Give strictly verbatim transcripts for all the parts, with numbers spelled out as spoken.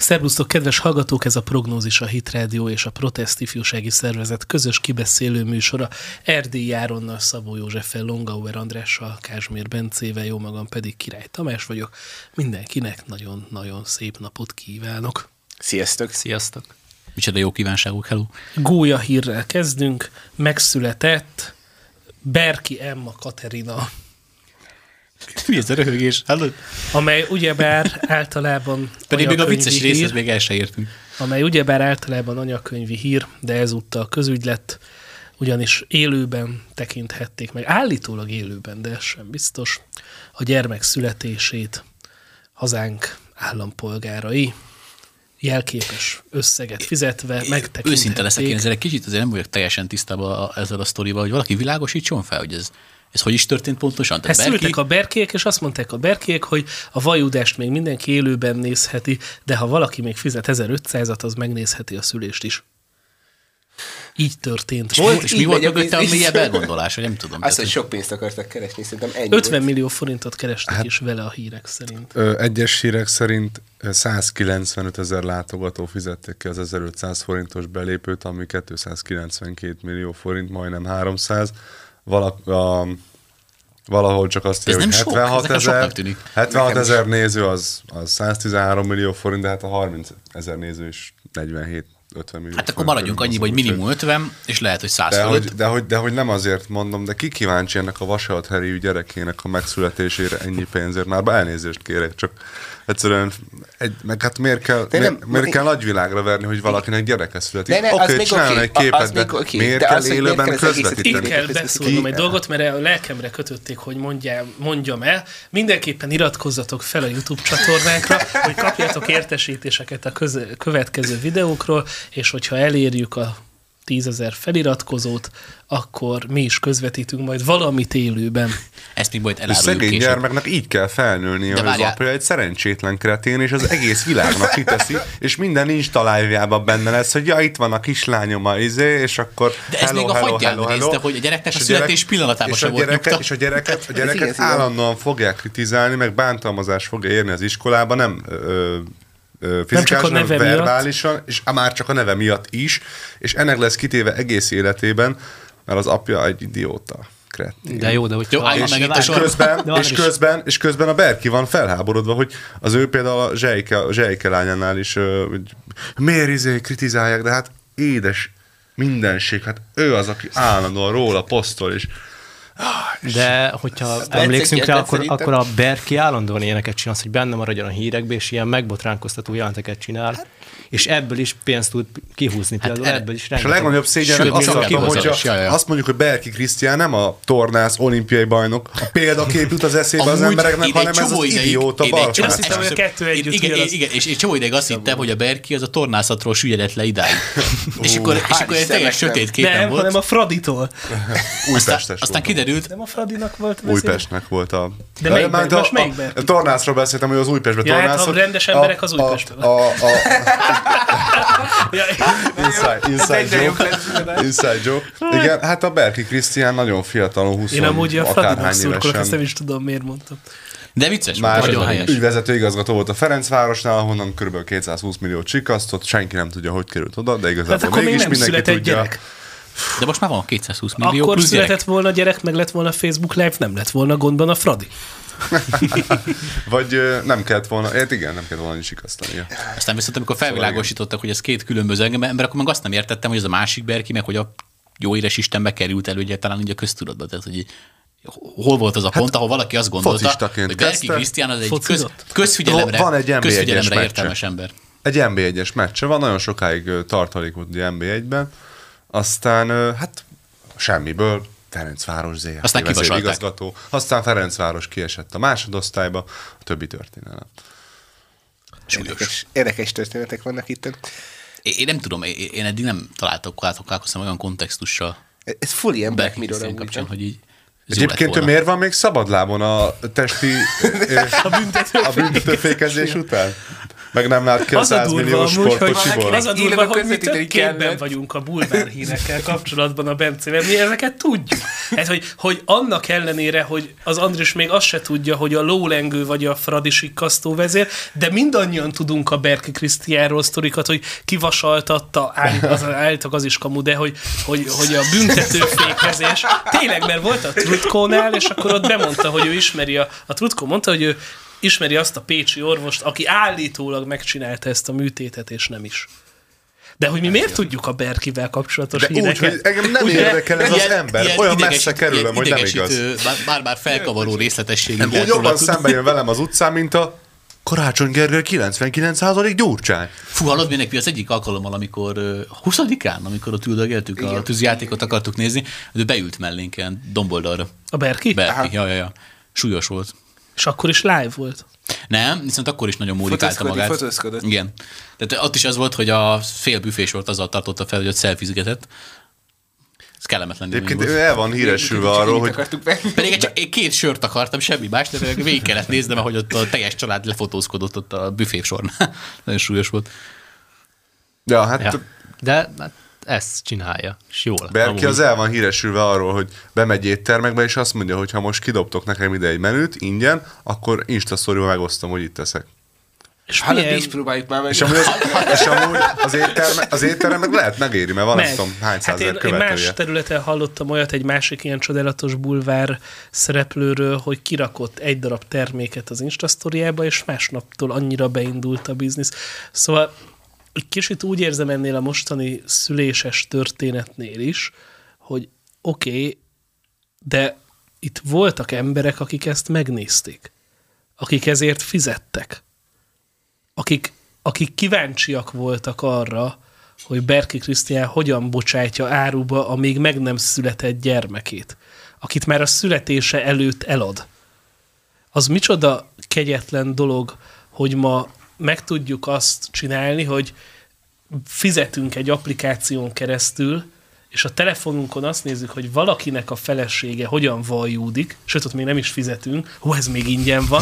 Szerbusztok, kedves hallgatók, ez a Prognózis, a Hit Rádió és a Protest Ifjúsági Szervezet közös kibeszélő műsora. Erdélyi Áronnal, Szabó Józseffel, Longauer Andrással, Kázsmér Bencével, jó magam pedig Király Tamás vagyok. Mindenkinek nagyon-nagyon szép napot kívánok. Sziasztok! Sziasztok! Micsoda jó kívánságok, hello! Gólya hírrel kezdünk. Megszületett Berki Emma Katerina. Mi ez a röhögés? Hallod? Amely ugyebár általában pedig még a vicces hír, részhez még el se értünk. Amely ugyebár általában anyakönyvi hír, de ezúttal közügy lett, ugyanis élőben tekinthették meg, állítólag élőben, de ez sem biztos, a gyermek születését hazánk állampolgárai jelképes összeget fizetve megtekinthették. Őszinte leszek, én ezzel egy kicsit azért nem vagyok teljesen tisztában ezzel a sztorival, hogy valaki világosítson fel, hogy ez Ez hogy is történt pontosan? Tehát Berki... szültek a berkiek, és azt mondták a berkiek, hogy a vajudást még mindenki élőben nézheti, de ha valaki még fizet ezerötszázat, az megnézheti a szülést is. Így történt. És, volt, és mi volt mögötte a mélyebb elgondolás, hogy nem tudom. Azt, hogy sok pénzt akartak keresni, szerintem ennyi ötven volt. Millió forintot kerestek hát, is vele a hírek szerint. Ö, egyes hírek szerint százkilencvenöt ezer látogató fizették ki az ezerötszáz forintos belépőt, ami kétszázkilencvenkét millió forint, majdnem háromszáz. Vala, a, valahol csak azt írja, hogy hetvenhat ezer néző az, az száztizenhárom millió forint, de hát a harminc ezer néző is negyvenhét ötven millió. Hát akkor maradjunk annyiba, hogy minimum ötven, és lehet, hogy száz de fölött. hogy, de, hogy, de hogy nem azért mondom, de ki kíváncsi ennek a vasalathelyű gyerekének a megszületésére ennyi pénzért? Már elnézést kérek, csak egyszerűen, egy, meg hát miért kell, miért, nem, miért én... kell nagyvilágra verni, hogy valakinek gyereke születik? Oké, okay, csinálni okay. egy képet, de okay. miért de kell az, élőben miért közvetíteni? Itt kell beszólnom egy dolgot, mert a lelkemre kötötték, hogy mondjam, mondjam el. Mindenképpen iratkozzatok fel a YouTube csatornánkra, hogy kapjatok értesítéseket a köze, következő videókról, és hogyha elérjük a tízezer feliratkozót, akkor mi is közvetítünk majd valamit élőben. Ezt még majd eláruljuk később. Szegény gyermeknek így kell felnőni, hogy az apja egy szerencsétlen kretén, és az egész világnak kiteszi, és minden Insta live-jában benne lesz, hogy ja, itt van a kislányom a izé, és akkor de ez hello, még a hello, hagyján hello, részt, hello. hogy a gyereknek a születés pillanatában sem volt nyugta. És a gyereket, a gyereket állandóan fogják kritizálni, meg bántalmazás fogja érni az iskolába, nem... Ö, fizikálisan, nem verbálisan, miatt. És már csak a neve miatt is, és ennek lesz kitéve egész életében, mert az apja egy idióta. Kretén. De jó, de hogy jó, és, és, és, közben, és, közben, és közben a Berki van felháborodva, hogy az ő például a Zsejke, Zsejke lányánál is hogy miért izé kritizálják, de hát édes mindenség, hát ő az, aki állandóan róla posztol, és de hogyha emlékszünk rá, akkor, akkor a Berki állandóan ilyeneket csinál, hogy benne maradjon a hírekbe, és ilyen megbotránkoztató jelenteket csinál, hát, és ebből is pénzt tud kihúzni. Hát például ebből is és a legnagyobb szégyen az, hogy azt mondjuk, hogy Berki Krisztián nem a tornász olimpiai bajnok, a példakép jut az eszébe az embereknek, hanem ez az idióta balfás. Azt hittem, hogy a kettő együtt. Igen, igen, és csomó ideig azt hittem, hogy a Berki az a tornászatról süllyedett le idáig. És akkor egy teljes sötét képen volt. Nem, hanem a Fraditól. Aztán kiderült. Nem a Fradinak volt vezér? Újpestnek volt a... De melyikben? Most melyikben? A tornászról beszéltem, hogy az Újpestben ja, tornászok. Hát, ha rendes emberek az Újpestben. A, a, a, inside, inside joke. Inside joke. Igen, hát a Berki Krisztián nagyon fiatalon, húsz Én amúgy a Fradinak szurkolok, ezt nem is tudom, miért mondtam. De vicces, más nagyon helyes. Ügyvezető igazgató volt a Ferencvárosnál, ahonnan kb. kétszázhúsz milliót csikasztott, senki nem tudja, hogy került oda, de igazából hát mégis mindenki tudja. Gyerek. De most már van kétszázhúsz millió akkor plusz született gyerek. volna gyerek, meg lett volna Facebook Live, nem lett volna gondban a Fradi. Vagy nem kellett volna, hát igen, nem kellett volna annyi sikasztania. Aztán viszont amikor felvilágosítottak, hogy ez két különböző ember, akkor meg azt nem értettem, hogy ez a másik Berki, meg hogy a jó éres Isten bekerült elő, ugye talán ugye a köztudatba. Tehát, hogy hol volt az a pont, hát, ahol valaki azt gondolta, hogy Berki Krisztián az egy köz, közfigyelemre, van egy közfigyelemre értelmes ember. Egy en bé egyes meccse van, nagyon sokáig tartalék volt ugye en bé egyben, aztán hát semmiből Ferencváros zé er té vezérigazgató, aztán Ferencváros kiesett a másodosztályba, a többi történelem. Érdekes, érdekes történetek vannak itt. Én nem tudom, én eddig nem találtok, találkoztam olyan kontextussal. Ez full ilyen Black Mirror kapcsán, hogy így egyébként miért van még szabadlábon a testi a büntetőfékezés után? Meg nem lát ki a száz milliós sportocsiból. Az a durva, hogy mi tök képben vagyunk a bulvárhírekkel kapcsolatban a Bencével. Mi ezeket tudjuk. Hát, hogy, hogy annak ellenére, hogy az Andris még azt se tudja, hogy a lólengő vagy a Fradi sikkasztó vezér, de mindannyian tudunk a Berki Krisztiánról sztorikat, hogy kivasaltatta, állítok az is kamu, de hogy, hogy, hogy a büntetőfékezés. Tényleg, mert volt a Trutkónál, és akkor ott bemondta, hogy ő ismeri a, a Trutkó mondta, hogy ő ismeri azt a pécsi orvost, aki állítólag megcsinálta ezt a műtétet, és nem is. De hogy mi miért tudjuk a Berkivel kapcsolatos de híreket? úgy, hogy engem nem Ugye? érdekel ez Ilyen- az ember. ilyen Olyan ideges- messze kerülöm, hogy nem igaz. idegesítő, Bár-bár felkavaró részletességű. Úgy jobban szembe jön velem az utcán, mint a Karácsony Gergely kilencvenkilenc százalék Gyurcsány. Fú, hallod, még az egyik alkalommal, amikor uh, huszadikán, amikor ott üldögéltük, a tűzjátékot akartuk nézni, ő beült mellénk ilyen domboldalra. A Berki? Berki, ja, ja, ja. Súlyos volt. És akkor is live volt. Nem, viszont akkor is nagyon módikálta Fotózkodni, magát. fotózkodott. Igen. Tehát ott is az volt, hogy a fél büfésort azzal tartotta fel, hogy ott szelfizgetett. Ez kellemetlen élmény Egyébként volt. ő el van híresülve arról, hogy Pedig csak két sört akartam, semmi más, de végig kellett néznem, ahogy ott a teljes család lefotózkodott ott a büfésornál. Nagyon súlyos volt. ja, hát Ja. De hát ezt csinálja, és jól. Berki amúgy. az el van híresülve arról, hogy bemegy éttermekbe, és azt mondja, hogy ha most kidobtok nekem ide egy menüt ingyen, akkor Instastoryba megosztom, hogy itt teszek. És Hát milyen... is próbáljuk már meg. És amúgy az, és amúgy az, étterme, az étterem meg lehet megéri, mert van Meg. nem tudom hány Hát százezer én, én követője. más területen hallottam olyat egy másik ilyen csodálatos bulvár szereplőről, hogy kirakott egy darab terméket az Instastoryába, és másnaptól annyira beindult a biznisz. Szóval egy kicsit úgy érzem ennél a mostani szüléses történetnél is, hogy oké, okay, de itt voltak emberek, akik ezt megnézték. Akik ezért fizettek. Akik, akik kíváncsiak voltak arra, hogy Berki Krisztián hogyan bocsátja áruba a még meg nem született gyermekét, akit már a születése előtt elad. Az micsoda kegyetlen dolog, hogy ma meg tudjuk azt csinálni, hogy fizetünk egy applikáción keresztül, és a telefonunkon azt nézzük, hogy valakinek a felesége hogyan valljódik, sőt, ott még nem is fizetünk, hú, ez még ingyen van.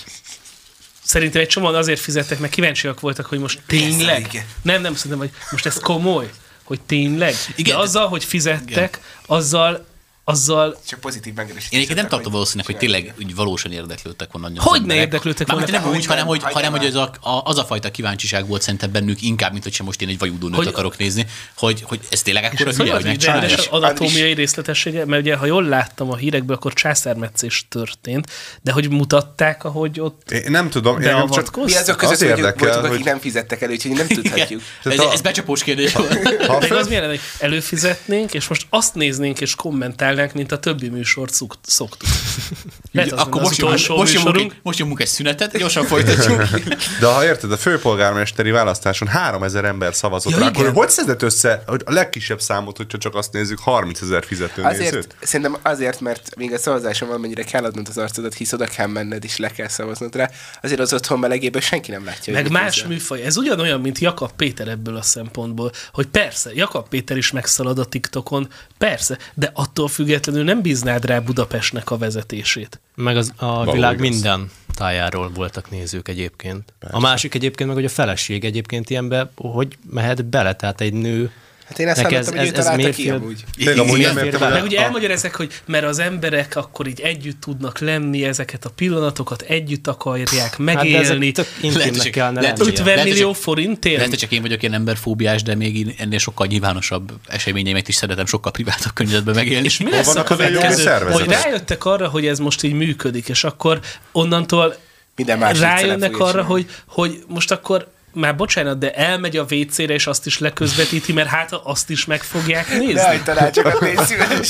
Szerintem egy csomóan azért fizettek, mert kíváncsiak voltak, hogy most tényleg. igen. Nem, nem szerintem, hogy most ez komoly, hogy tényleg. Igen, de azzal, hogy fizettek, azzal, azzal Csak pozitív megerősítés. Én egyébként nem tartom valószínűleg, hogy tényleg úgy valósan érdeklődtek volna nagyon. Hogy az ne emberek. érdeklődtek Mármint volna? nem úgy, hanem hogy, Hagyjál hanem, hogy már. az a, a, az a fajta kíváncsiság volt szerintem bennük inkább, mint hogy sem most én egy vajúdónőt Hogy- akarok nézni, hogy, hogy ez tényleg És ekkora ez hülye, hogy hogy az ideális megcsinálja. anatómiai részletessége, mert ugye, ha jól láttam a hírekből, akkor császármetszés történt, de hogy mutatták, ahogy ott Én nem tudom, én engem csak beavatkoztak? Mi azok között Az vagyunk, érdekel, voltunk, akik hogy- nem fizettek elő, úgyhogy nem tudhatjuk. Ez, a- ez becsapós kérdés volt. ha De föl- az milyen, hogy előfizetnénk, és most azt néznénk és kommentálnánk, mint a többi műsort szok- szoktuk. Lehet, az Akkor lenne az most, nyomunk, utolsó most, nyomunk műsorunk. egy, most nyomunk egy szünetet, gyorsan folytatjuk. De ha érted, a főpolgármesteri választáson háromezer ember szavazott Ja, rá, akkor igen. hogy szedett össze hogy a legkisebb számot, hogyha csak azt nézzük, harmincezer fizetőnézőt? Azért, szerintem azért, mert még a szavazáson valamennyire kell adnod az arcodat, hisz oda kell menned, és le kell szavaznod rá. Azért az otthon melegében senki nem látja. Meg hogy mit más nézel. műfaj. Ez ugyanolyan, mint Jakab Péter ebből a szempontból, hogy persze, Jakab Péter is megszalad a TikTokon, persze, de attól függetlenül nem bíznád rá Budapestnek a vezetését. Meg az, a Való világ igaz. minden tájáról voltak nézők egyébként. Persze. A másik egyébként meg, hogy a feleség egyébként ilyenbe, hogy mehet bele, tehát egy nő. Hát én ezt Neki hallottam, hogy ő találta miért ki fél- amúgy. Még amúgy nem Igen. értem, hogy Meg a- ugye a- elmagyarázzák, hogy mert az emberek akkor így együtt tudnak lenni, ezeket a pillanatokat együtt akarják Hát de megélni. ezek tök Lehet, intimnek hogy- kellene lehet, hogy- lennie. ötven Lehet, millió hogy- forintért? Lehet, hogy csak én vagyok ilyen emberfóbiás, de még én ennél sokkal nyilvánosabb eseményeimet is szeretem sokkal privátabb környezetben megélni. És mi lesz a vannak az ilyen jogi következő? szervezetek? Hogy rájöttek arra, hogy ez most így működik, és akkor onnantól Minden más vicce rájönnek le fogja arra, csinálni. hogy, hogy most akkor már bocsánat, de elmegy a vécére, és azt is leközvetíti, mert hát azt is meg fogják nézni. Ne hagyd tanácsokat, légy szíves.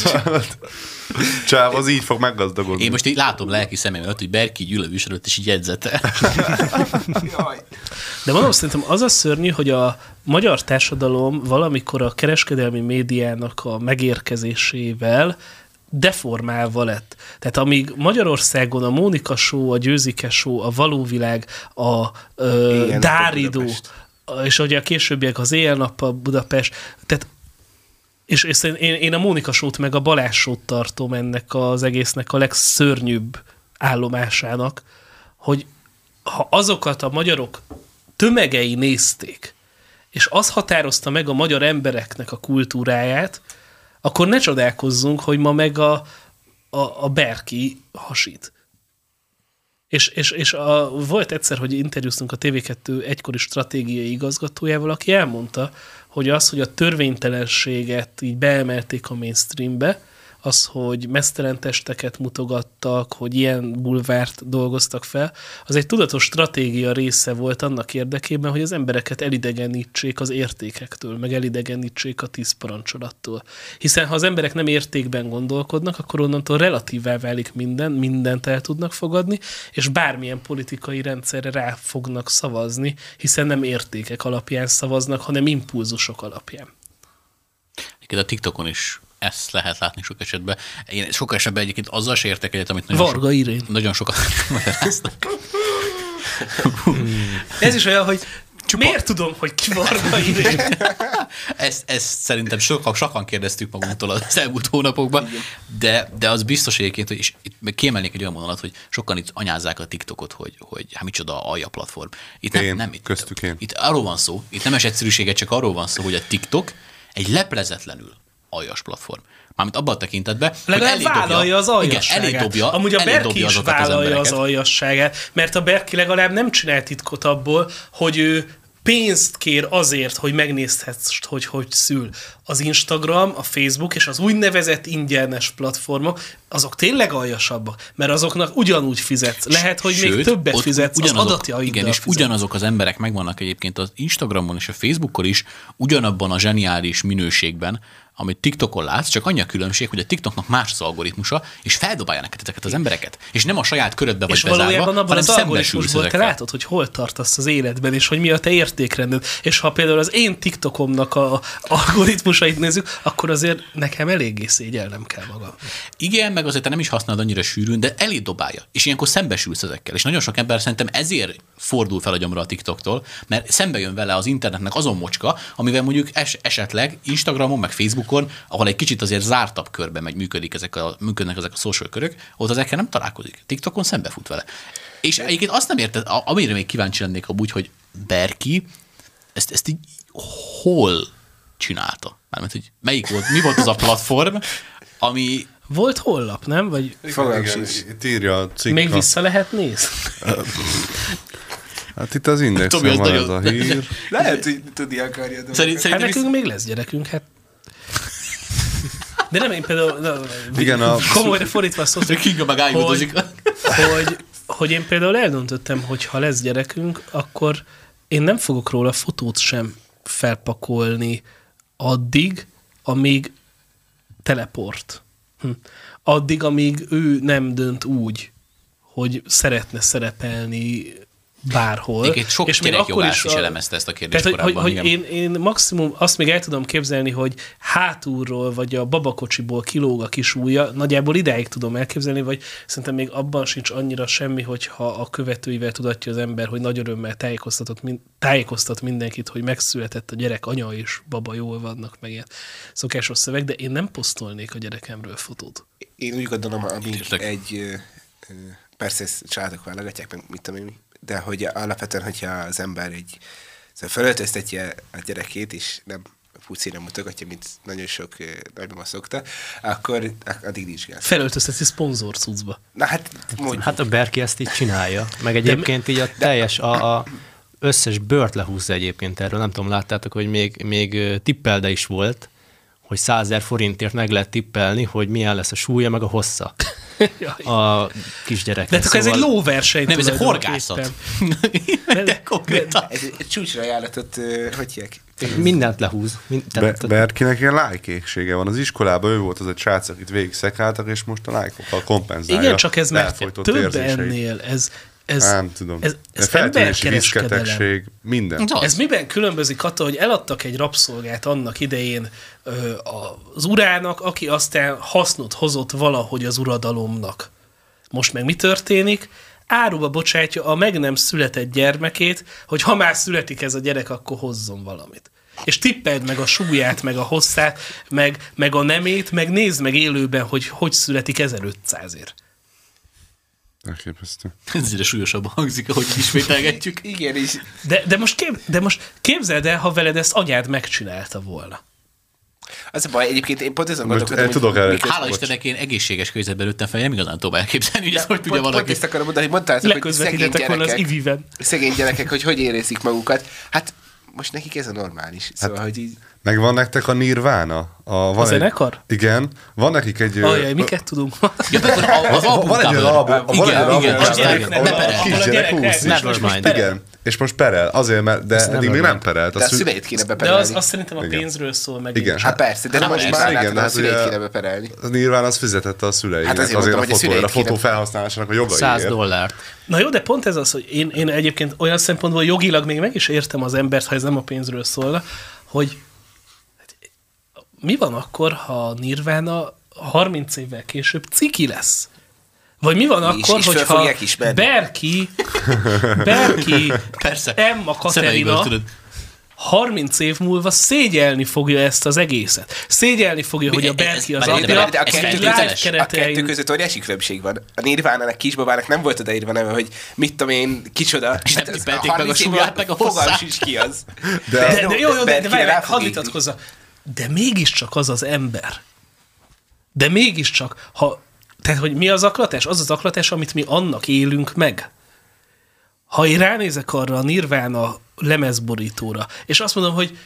Csáv, az így fog meggazdagodni. Én most így látom lelki szemem előtt, hogy Berki gyűlölős előtt is így jegyzete. Jaj. De mondom, szerintem az a szörnyű, hogy a magyar társadalom valamikor a kereskedelmi médiának a megérkezésével deformálva lett. Tehát amíg Magyarországon a Mónika Show, a Győzike Show, a Való Világ, a ö, Éjjel-nappal Dáridó, Budapest. és ugye a későbbiek az Éjjel-nappal Budapest, tehát és, és én, én a Mónika Show-t meg a Balázs Show-t tartom ennek az egésznek a legszörnyűbb állomásának, hogy ha azokat a magyarok tömegei nézték, és az határozta meg a magyar embereknek a kultúráját, akkor ne csodálkozzunk, hogy ma meg a, a, a Berki hasít. És, és, és a, volt egyszer, hogy interjúztunk a té vé kettő egykori stratégiai igazgatójával, aki elmondta, hogy az, hogy a törvénytelenséget így beemelték a mainstreambe, az, hogy meztelen testeket mutogattak, hogy ilyen bulvárt dolgoztak fel, az egy tudatos stratégia része volt annak érdekében, hogy az embereket elidegenítsék az értékektől, meg elidegenítsék a tíz parancsolattól. Hiszen ha az emberek nem értékben gondolkodnak, akkor onnantól relatívá válik minden, mindent el tudnak fogadni, és bármilyen politikai rendszerre rá fognak szavazni, hiszen nem értékek alapján szavaznak, hanem impulzusok alapján. A TikTokon is ezt lehet látni sok esetben. Én sok esetben egyébként azzal se értek egyet, amit nagyon, Varga Irén. So, nagyon sokat magyaráztak. Ez is olyan, hogy Csupa... miért tudom, hogy ki Varga Irén? ezt, ezt szerintem sokan, sokan kérdeztük magunktól az elmúlt hónapokban, de, de az biztos egyébként, hogy és itt kiemelnék egy olyan vonalat, hogy sokan itt anyázzák a TikTokot, hogy, hogy hát micsoda alja platform. Itt én, nem, nem, itt, köztük én. Itt arról van szó, itt nem es egyszerűséget, csak arról van szó, hogy a TikTok egy leplezetlenül aljas platform. Mármint abban a tekintetben, legalább hogy vállalja az aljasságát. Igen, elé dobja, Amúgy a elé Berki dobja is vállalja az, az aljasságát, mert a Berki legalább nem csinál titkot abból, hogy ő pénzt kér azért, hogy megnézhetsz, hogy hogy szül. Az Instagram, a Facebook és az úgynevezett ingyenes platformok, azok tényleg aljasabbak, mert azoknak ugyanúgy fizetsz. Lehet, hogy Sőt, még többet fizetsz az adatjaiddal. Igen, és fizet. Ugyanazok az emberek megvannak egyébként az Instagramon és a Facebookon is ugyanabban a zseniális minőségben, amit TikTokon látsz, csak annyi a különbség, hogy a TikToknak más az algoritmusa, és feldobálja neked ezeket az embereket. És nem a saját körödbe vagy bezárva, hanem szembesülsz ezekkel. És valójában abban az algoritmusból te látod, hogy hol tartasz az életben, és hogy mi a te értékrended. És ha például az én TikTokomnak a algoritmusait nézzük, akkor azért nekem eléggé szégyellem kell magam. Igen, meg azért te nem is használod annyira sűrűn, de elé dobálja. És ilyenkor szembesülsz ezekkel. És nagyon sok ember szerintem ezért fordul fel a gyomra a TikToktól, mert szembe jön vele az internetnek azon mocska, amivel mondjuk es- esetleg Instagramon, meg Facebookon, ahol egy kicsit azért zártabb körben megy, működik ezek a, működnek ezek a social körök, ott ezekkel nem találkozik. TikTokon szembefut vele. És egyébként azt nem érted, amire még kíváncsi lennék amúgy, hogy Berki ezt, ezt így hol csinálta? Mármint, hogy melyik volt, mi volt az a platform, ami... Volt honlap, nem? Vagy... Itt írja a cikk. Még vissza lehet nézni? Hát itt az Indexen van ez a hír. Lehet, hogy tudni akarja. Szerint, hát nekünk visz... még lesz gyerekünk, hát. De nem, én például... Na, igen, a... Komolyra fordítva szólt, hogy, Kinga meg hogy, hogy, hogy én például eldöntöttem, hogy ha lesz gyerekünk, akkor én nem fogok róla fotót sem felpakolni addig, amíg teleport. Hm. Addig, amíg ő nem dönt úgy, hogy szeretne szerepelni bárhol. Egy sok és még akkor is, is elemezte ezt a kérdést tehát, korábban. Hogy, hogy én, én maximum azt még el tudom képzelni, hogy hátulról vagy a babakocsiból kilóg a kis ujja, nagyjából idáig tudom elképzelni, vagy szerintem még abban sincs annyira semmi, hogyha a követőivel tudatja az ember, hogy nagy örömmel tájékoztatott, tájékoztat mindenkit, hogy megszületett a gyerek, anya és baba jól vannak, meg ilyen szokásos szöveg, de én nem posztolnék a gyerekemről fotót. Én úgy gondolom, amíg egy... Persze ezt családok válogatják, meg mit tudom én, de hogy alapvetően, hogyha az ember egy szóval felöltöztetje a gyerekét, és nem pucira mutogatja, mint nagyon sok nagymama szokta, akkor addig nincs gáz. Felöltözteti szponzor cuccba. Na hát, mondjuk. Hát a Berki ezt így csinálja. Meg egyébként így a teljes, a, a összes bört lehúzza egyébként erről. Nem tudom, láttátok, hogy még, még tippelde is volt, hogy százezer forintért meg lehet tippelni, hogy milyen lesz a súlya, meg a hossza a kisgyereknek. De szóval... ez egy lóverseny. Nem, ez egy horgászat. De, de konkrétan. Ez egy csúcsrajállatot, hogy hívják? Mindent lehúz. Mind, Be, Berkinek ilyen lájkéksége van. Az iskolában ő volt az egy srác, akit végig szekáltak, és most a lájkokkal kompenzálja. Igen, csak ez már több érzéseit. Ennél. Ez, ez, nem tudom. Ez, ez feltűnési viszketegség, minden. Ez miben különbözik attól, hogy eladtak egy rabszolgát annak idején ö, az urának, aki aztán hasznot hozott valahogy az uradalomnak. Most meg mi történik? Áruba bocsátja a meg nem született gyermekét, hogy ha már születik ez a gyerek, akkor hozzon valamit. És tippeld meg a súlyát, meg a hosszát, meg, meg a nemét, meg nézd meg élőben, hogy hogy születik ezerötszázért. Elképesztő. Ez egyre súlyosabban hangzik, ahogy ismételgetjük. Igen, is. De, de, most kép, de most képzeld el, ha veled ezt anyád megcsinálta volna. Az a baj, egyébként én pont ezen gondolkodom, hogy... Tudok erre. Hála Istennek én egészséges környezetben nőttem fel, nem igazán tudom elképzelni, hogy ezt hogy tudja pont, valaki. Pont ezt akarom mondani, hogy mondtátok, hogy szegény gyerekek, az szegény gyerekek, hogy hogy érzik magukat. Hát most nekik ez a normális. Szóval, hát, hogy így... Megvan nektek a Nirvana? A, van a zenekar? Egy, igen. Van nekik egy... Ajaj, miket tudunk? Ja, az album van egy album, van egy album, kis gyerek húsz. Igen. És most perel, azért, mert de eddig még nem perelt. De a szüleit kéne beperelni. De az, azt szerintem a pénzről szól meg. Igen. Hát persze, de nem most már igen, a szüleit kéne beperelni. A Nirvana az fizetette a szüleinek, hát azért, azért a fotó felhasználásának a jogaiért. száz dollárt. Na jó, de pont ez az, hogy én, én egyébként olyan szempontból jogilag még meg is értem az embert, ha ez nem a pénzről szólna, hogy mi van akkor, ha a Nirvana harminc évvel később ciki lesz? Vagy mi van és, akkor, és hogyha Berki, Berki, persze, Emma Katerina harminc év múlva szégyelni fogja ezt az egészet. Szégyelni fogja, mi, hogy a Berki az apja. A kettő között óriási különbség van. A Nirvánának, kisbabának nem volt odaírva neve, hogy mit tudom én, kicsoda. És nem tippelték meg a súlyát, meg a fosszát. Is ki az. De, de, de, de jó, jó, de, de várj, hadd vitatkozza. De mégiscsak az az ember. De mégiscsak, ha tehát, hogy mi az zaklatás? Az az zaklatás, amit mi annak élünk meg. Ha én ránézek arra a Nirvana lemezborítóra, és azt mondom, hogy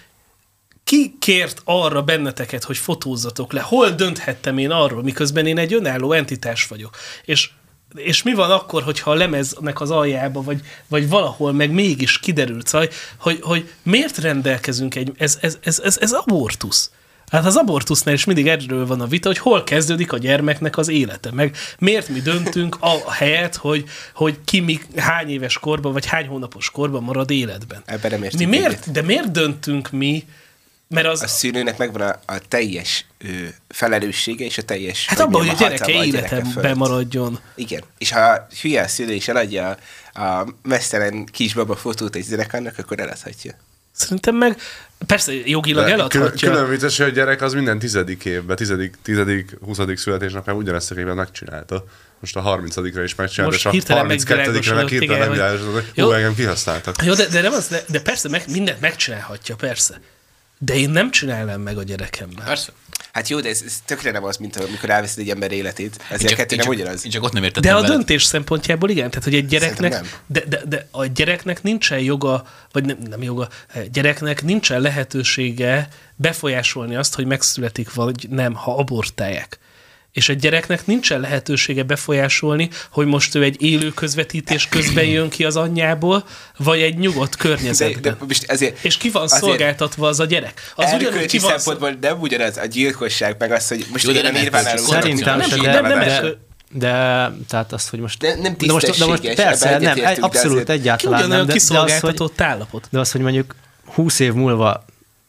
ki kért arra benneteket, hogy fotózzatok le? Hol dönthettem én arról, miközben én egy önálló entitás vagyok? És, és mi van akkor, hogyha a lemeznek az aljába, vagy, vagy valahol meg mégis kiderült, szóval, hogy, hogy miért rendelkezünk egy... Ez, ez, ez, ez, ez abortusz. Hát az abortusznál is mindig erről van a vita, hogy hol kezdődik a gyermeknek az élete, meg miért mi döntünk a helyet, hogy, hogy ki mi, hány éves korban, vagy hány hónapos korban marad életben. Ebben nem mi miért, de miért döntünk mi? Mert az... A szülőnek megvan a, a teljes ő, felelőssége és a teljes... Hát abban, hogy a gyereke életemben maradjon. Igen, és ha hülye a szülő és eladja a, a mesztelen kisbaba fotót egy zenekarnak, akkor eladhatja. Szerintem meg persze jogilag de eladhatja. Külön vicces, hogy a gyerek az minden tizedik évben, tizedik, tizedik, huszadik születésnapján ugyanezt a képben megcsinálta. Most a harmincadikra is megcsinálta, és a harminckettedikre meg hirtelen megvilágosodott, hogy hú, engem kihasználtak. Jó, de, de, nem az, de, de persze meg, mindent megcsinálhatja, persze. De én nem csinálnám meg a gyerekemmel. Persze. Hát jó, de ez, ez tökre nem az, mint amikor elveszed egy ember életét. Ez a kettő nem ugyanaz. Én csak ott nem értettem de a veled. döntés szempontjából igen, tehát hogy egy gyereknek, de, de, de a gyereknek nincsen joga, vagy nem, nem joga, gyereknek nincsen lehetősége befolyásolni azt, hogy megszületik vagy nem, ha abortálják. És egy gyereknek nincsen lehetősége befolyásolni, hogy most ő egy élő közvetítés közben jön ki az anyjából, vagy egy nyugodt környezetben. De, de most ezért, és ki van azért szolgáltatva az a gyerek? Az erkölcsi szempontból szol... nem ugyanaz a gyilkosság, meg az, hogy most én a Nirvánáról szerintem se, de, de, de, de tehát az, hogy most... De nem tisztességes. De most, de most persze, nem, abszolút egyáltalán nem. De kiszolgáltatott állapot. De az, hogy mondjuk húsz év múlva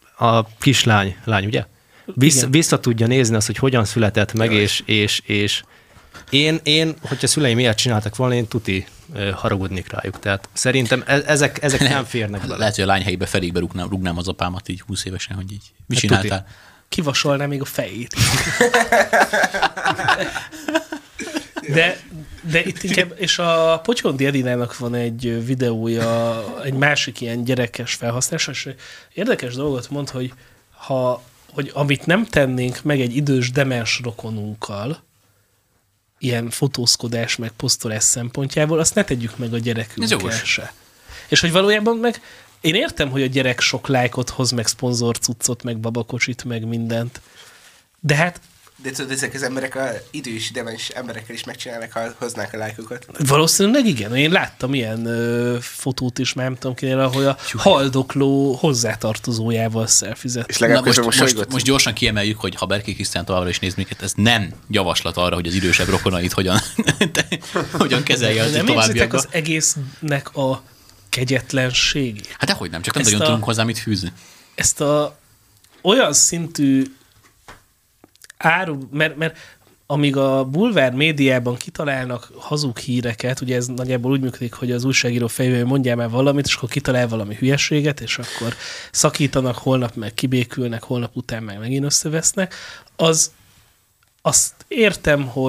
a kislány, lány, ugye? Vissza, vissza tudja nézni azt, hogy hogyan született meg, és, és, és én, én, hogyha szüleim ilyet csináltak volna, én tuti uh, haragudnék rájuk. Tehát szerintem e- ezek, ezek nem férnek bele. Lehet, hogy a lány helyébe felékbe rúgnám, rúgnám az apámat így húsz évesen, hogy így mit hát csináltál? Tuti. Kivasolná még a fejét. De, de itt inkább, és a Potyondi Edinának van egy videója, egy másik ilyen gyerekes felhasználás, és érdekes dolgot mond, hogy ha hogy amit nem tennénk meg egy idős demens rokonunkkal, ilyen fotózkodás meg posztolás szempontjából, azt ne tegyük meg a gyerekünkkel se. És hogy valójában meg én értem, hogy a gyerek sok lájkot hoz, meg szponzorcuccot, meg babakocsit, meg mindent. De hát de tudod, ezek az emberek az idős, demens emberekkel is megcsinálnak, ha hoznák a lájkokat. Valószínűleg igen. Én láttam ilyen ö, fotót is, már nem tudom kinél, ahol a haldokló hozzátartozójával szelfizett. És legalább most, most, most gyorsan kiemeljük, hogy ha Berki Krisztián továbbra is néz minket, ez nem javaslat arra, hogy az idősebb rokonait hogyan, hogyan kezelje az továbbiakban. Nem érzitek az egésznek a kegyetlenségét? Hát dehogy nem, csak nem ezt nagyon a, tudunk hozzá mit fűzni. Ezt a olyan szintű áru, mert, mert amíg a bulvár médiában kitalálnak hazug híreket, ugye ez nagyjából úgy működik, hogy az újságíró fejében mondjál már valamit, és akkor kitalál valami hülyeséget, és akkor szakítanak, holnap meg kibékülnek, holnap után meg megint összevesznek, az azt értem, hogy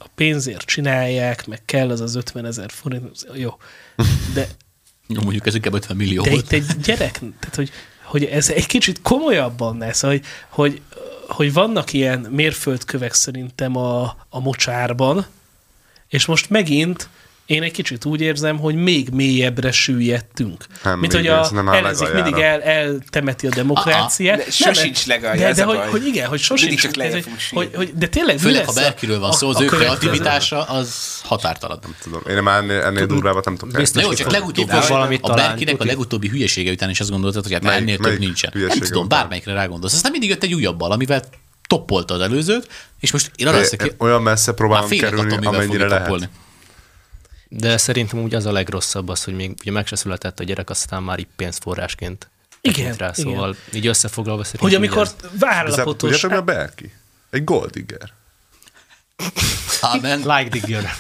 a pénzért csinálják, meg kell az az ötvenezer forint, jó. De, jó, mondjuk ez inkább ötven millió de volt. itt egy gyerek, tehát hogy, hogy ez egy kicsit komolyabban lesz, hogy, hogy, hogy vannak ilyen mérföldkövek szerintem a, a mocsárban, és most megint én egy kicsit úgy érzem, hogy még mélyebbre süllyedtünk. Nem, mint még hogy a ez nem áll ellenzék legaljára. mindig el, eltemeti a demokráciát. De sosincs legalja, de, ez de a hogy, baj. hogy igen, hogy sosincs. Mindig csak lejjebb hogy, fogunk hogy, hogy, de tényleg mi Főleg, lesz ha Berkiről van szó, az ő kreativitása, az határtalan. Nem tudom. Én már ennél, ennél durvábbat nem tudok. Biztos, Na jó, hogy csak fog- legutóbb ki fog valamit a találni, Berkinek a tuti. legutóbbi hülyesége után is azt gondoltad, hogy hát Melyik- ennél több melyik nincsen. Nem hülyesége tudom, után? bármelyikre rágondolsz. Aztán mindig jött egy újabbal, amivel toppolta az előzőt, és most én arra Én- leszek, én olyan messze már próbálom félek kerülni, attól, mivel amennyire fogja lehet. toppolni. De szerintem úgy az a legrosszabb az, hogy még ugye meg se született a gyerek, aztán már így pénzforrásként Igen, tekint rá. igen. Szóval így összefoglalva szerintem Hogy amikor így vállapotos... Tudjátok, mi a Berki? Egy goldigger. Amen. ez- Like digger.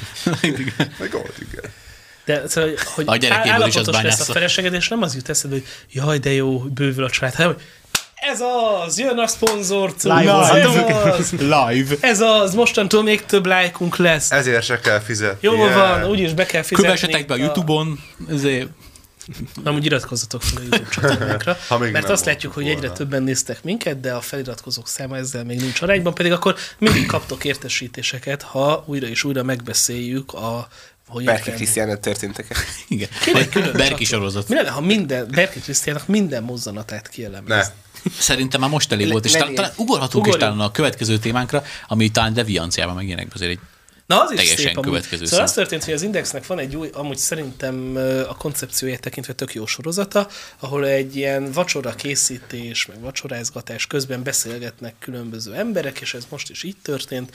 Egy goldigger. De, szóval, hogy A gyerekéből is az állapotos lesz a bányásza. feleséged, és nem az jut eszedbe, hogy jaj, de jó, bővül a család, hanem hogy ez az, jön a szponzor cím, Live. ez az, Live. ez az, mostantól még több lájkunk lesz. Ezért se kell fizetni. Jó Yeah. van, úgyis be kell fizetni. Kövessetek be a YouTube-on, ezért Nem, úgy iratkozzatok fel a YouTube csatornánkra, Ha még mert nem azt látjuk, hogy volna. egyre többen néztek minket, de a feliratkozók száma ezzel még nincs arányban, pedig akkor mindig kaptok értesítéseket, ha újra és újra megbeszéljük a hogy Berki értem. Krisztiánnal történteket. igen. Kéne egy külön Berki csatorna. sorozat. Mi lenne, ha minden, Berki Krisztiának minden mozzanatát kielemezni? Ne. Szerintem már most elég volt, és legyen. talán, talán ugorhatunk is Ugorjunk. talán a következő témánkra, ami talán devianciában meg ilyenek, azért egy Na, az is teljesen szép amúgy. következő Szóval szám. az történt, hogy az Indexnek van egy új, amúgy szerintem ö, a koncepcióját tekintve tök jó sorozata, ahol egy ilyen vacsora készítés, meg vacsorázgatás közben beszélgetnek különböző emberek, és ez most is így történt,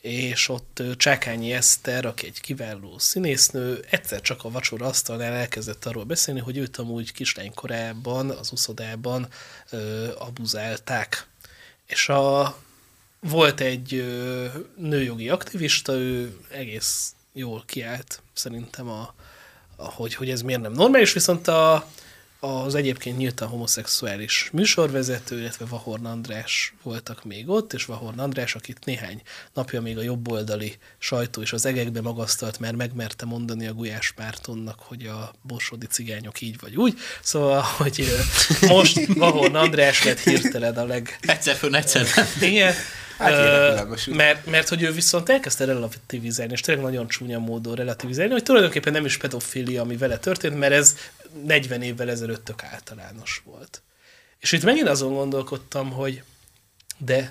és ott ö, Csákányi Eszter, aki egy kiváló színésznő, egyszer csak a vacsora asztalnál elkezdett arról beszélni, hogy őt amúgy kislánykorában, az uszodában ö, abuzálták. És a volt egy ö, nőjogi aktivista, ő egész jól kiállt szerintem, a, a, hogy, hogy ez miért nem normális, viszont a, az egyébként nyíltan homoszexuális műsorvezető, illetve Vahorn András voltak még ott, és Vahorn András, akit néhány napja még a jobboldali sajtó és az egekbe magasztalt, mert megmerte mondani a Gulyás Mártonnak, hogy a borsodi cigányok így vagy úgy. Szóval, hogy ö, most Vahorn András lett hirtelen a leg... egyszer fönn, egyszer. Igen, Hát ilyen Ö, villámos út. mert, mert hogy ő viszont elkezdte relativizálni, és tényleg nagyon csúnya módon relativizálni, hogy tulajdonképpen nem is pedofilia, ami vele történt, mert ez negyven évvel ezelőtt tök általános volt. És itt megint azon gondolkodtam, hogy de,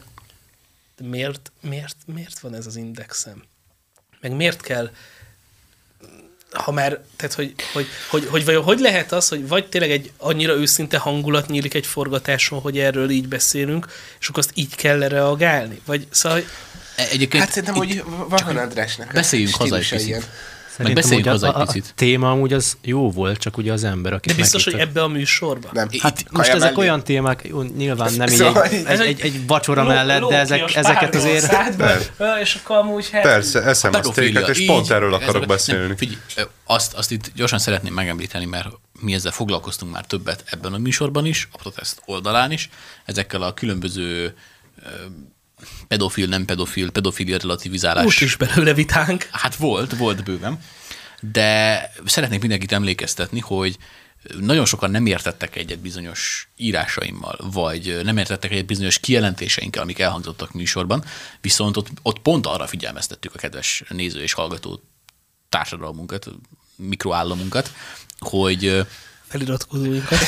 de miért, miért, miért van ez az Indexem? Meg miért kell, ha már, tehát hogy, hogy, hogy, hogy, hogy, hogy lehet az, hogy vagy tényleg egy annyira őszinte hangulat nyílik egy forgatáson, hogy erről így beszélünk, és akkor azt így kell reagálni? Vagy szóval, Egyébként Hát szerintem, hogy Vahorn Andrásnak a beszéljünk haza egy stílusa picit. ilyen. Meg beszéljünk ugye hozzá egy a, picit. a téma amúgy az jó volt, csak ugye az ember, aki de biztos, hogy ebbe a műsorban? Nem. Hát Itt most kaja ezek mellé. olyan témák, jó, nyilván nem így Szóval egy, így- egy, egy, egy vacsora Ló- mellett, ló de ki ezek, a ezeket spárba a azért... szádba, és akkor amúgy hát... Persze, eszem a sztéket, és így, pont erről ez- akarok nem, beszélni. Figyelj, ö, azt, azt itt gyorsan szeretném megemlíteni, mert mi ezzel foglalkoztunk már többet ebben a műsorban is, a protest oldalán is, ezekkel a különböző ö, pedofil, nem pedofil, pedofilia relativizálás. Most is belőle vitánk. Hát volt, volt bőven. De szeretnék mindenkit emlékeztetni, hogy nagyon sokan nem értettek egyet bizonyos írásaimmal, vagy nem értettek egyet bizonyos kijelentéseinkkel, amik elhangzottak műsorban, viszont ott, ott pont arra figyelmeztettük a kedves néző és hallgató társadalmunkat, mikroállamunkat, hogy, Feliratkozóinkat.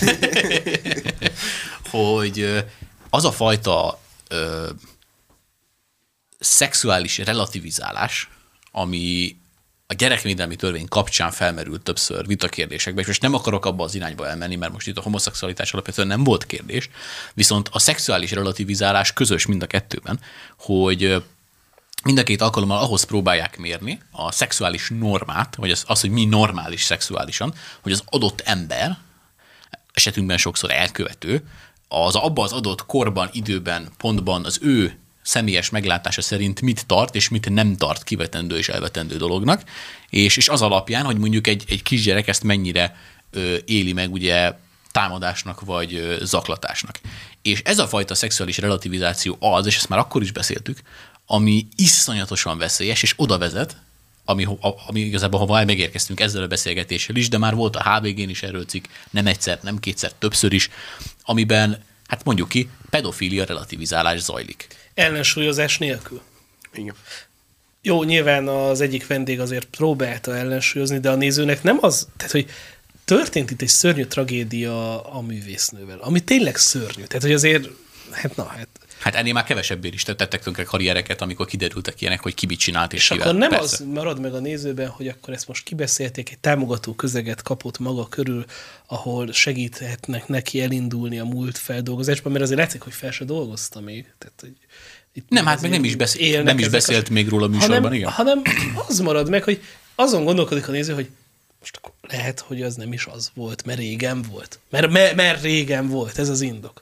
hogy az a fajta ö, szexuális relativizálás, ami a gyerekvédelmi törvény kapcsán felmerült többször vitakérdésekben, és most nem akarok abba az irányba elmenni, mert most itt a homoszexualitás alapvetően nem volt kérdés, viszont a szexuális relativizálás közös mind a kettőben, hogy mind a két alkalommal ahhoz próbálják mérni a szexuális normát, vagy az, az, hogy mi normális szexuálisan, hogy az adott ember, esetünkben sokszor elkövető, az abban az adott korban, időben, pontban az ő személyes meglátása szerint mit tart, és mit nem tart kivetendő és elvetendő dolognak, és, és az alapján, hogy mondjuk egy, egy kisgyerek ezt mennyire ö, éli meg ugye támadásnak vagy zaklatásnak. És ez a fajta szexuális relativizáció az, és ezt már akkor is beszéltük, ami iszonyatosan veszélyes, és oda vezet, ami, ami igazából hova megérkeztünk ezzel a beszélgetéssel is, de már volt a há vé gén is erről cikk, nem egyszer, nem kétszer, többször is, amiben, hát mondjuk ki, pedofília relativizálás zajlik. Ellensúlyozás nélkül. Igen. Jó, nyilván az egyik vendég azért próbálta ellensúlyozni, de a nézőnek nem az, tehát, hogy történt itt egy szörnyű tragédia a művésznővel, ami tényleg szörnyű. Tehát, hogy azért, hát na, hát... Hát ennél már kevesebbé is tettek tönkre karriereket, amikor kiderültek ilyenek, hogy ki mit csinált és, és kivel. akkor nem Persze. az marad meg a nézőben, hogy akkor ezt most kibeszélték, egy támogató közeget kapott maga körül, ahol segíthetnek neki elindulni a múlt feldolgozásban, mert azért látszik, hogy fel se dolgozta még. Tehát, hogy itt nem, hát még nem is, beszél, nem is beszélt a... még róla a műsorban, hanem, igen? Hanem az marad meg, hogy azon gondolkodik a néző, hogy most akkor lehet, hogy az nem is az volt, mert régen volt. Mert, mert, mert régen volt, ez az indok.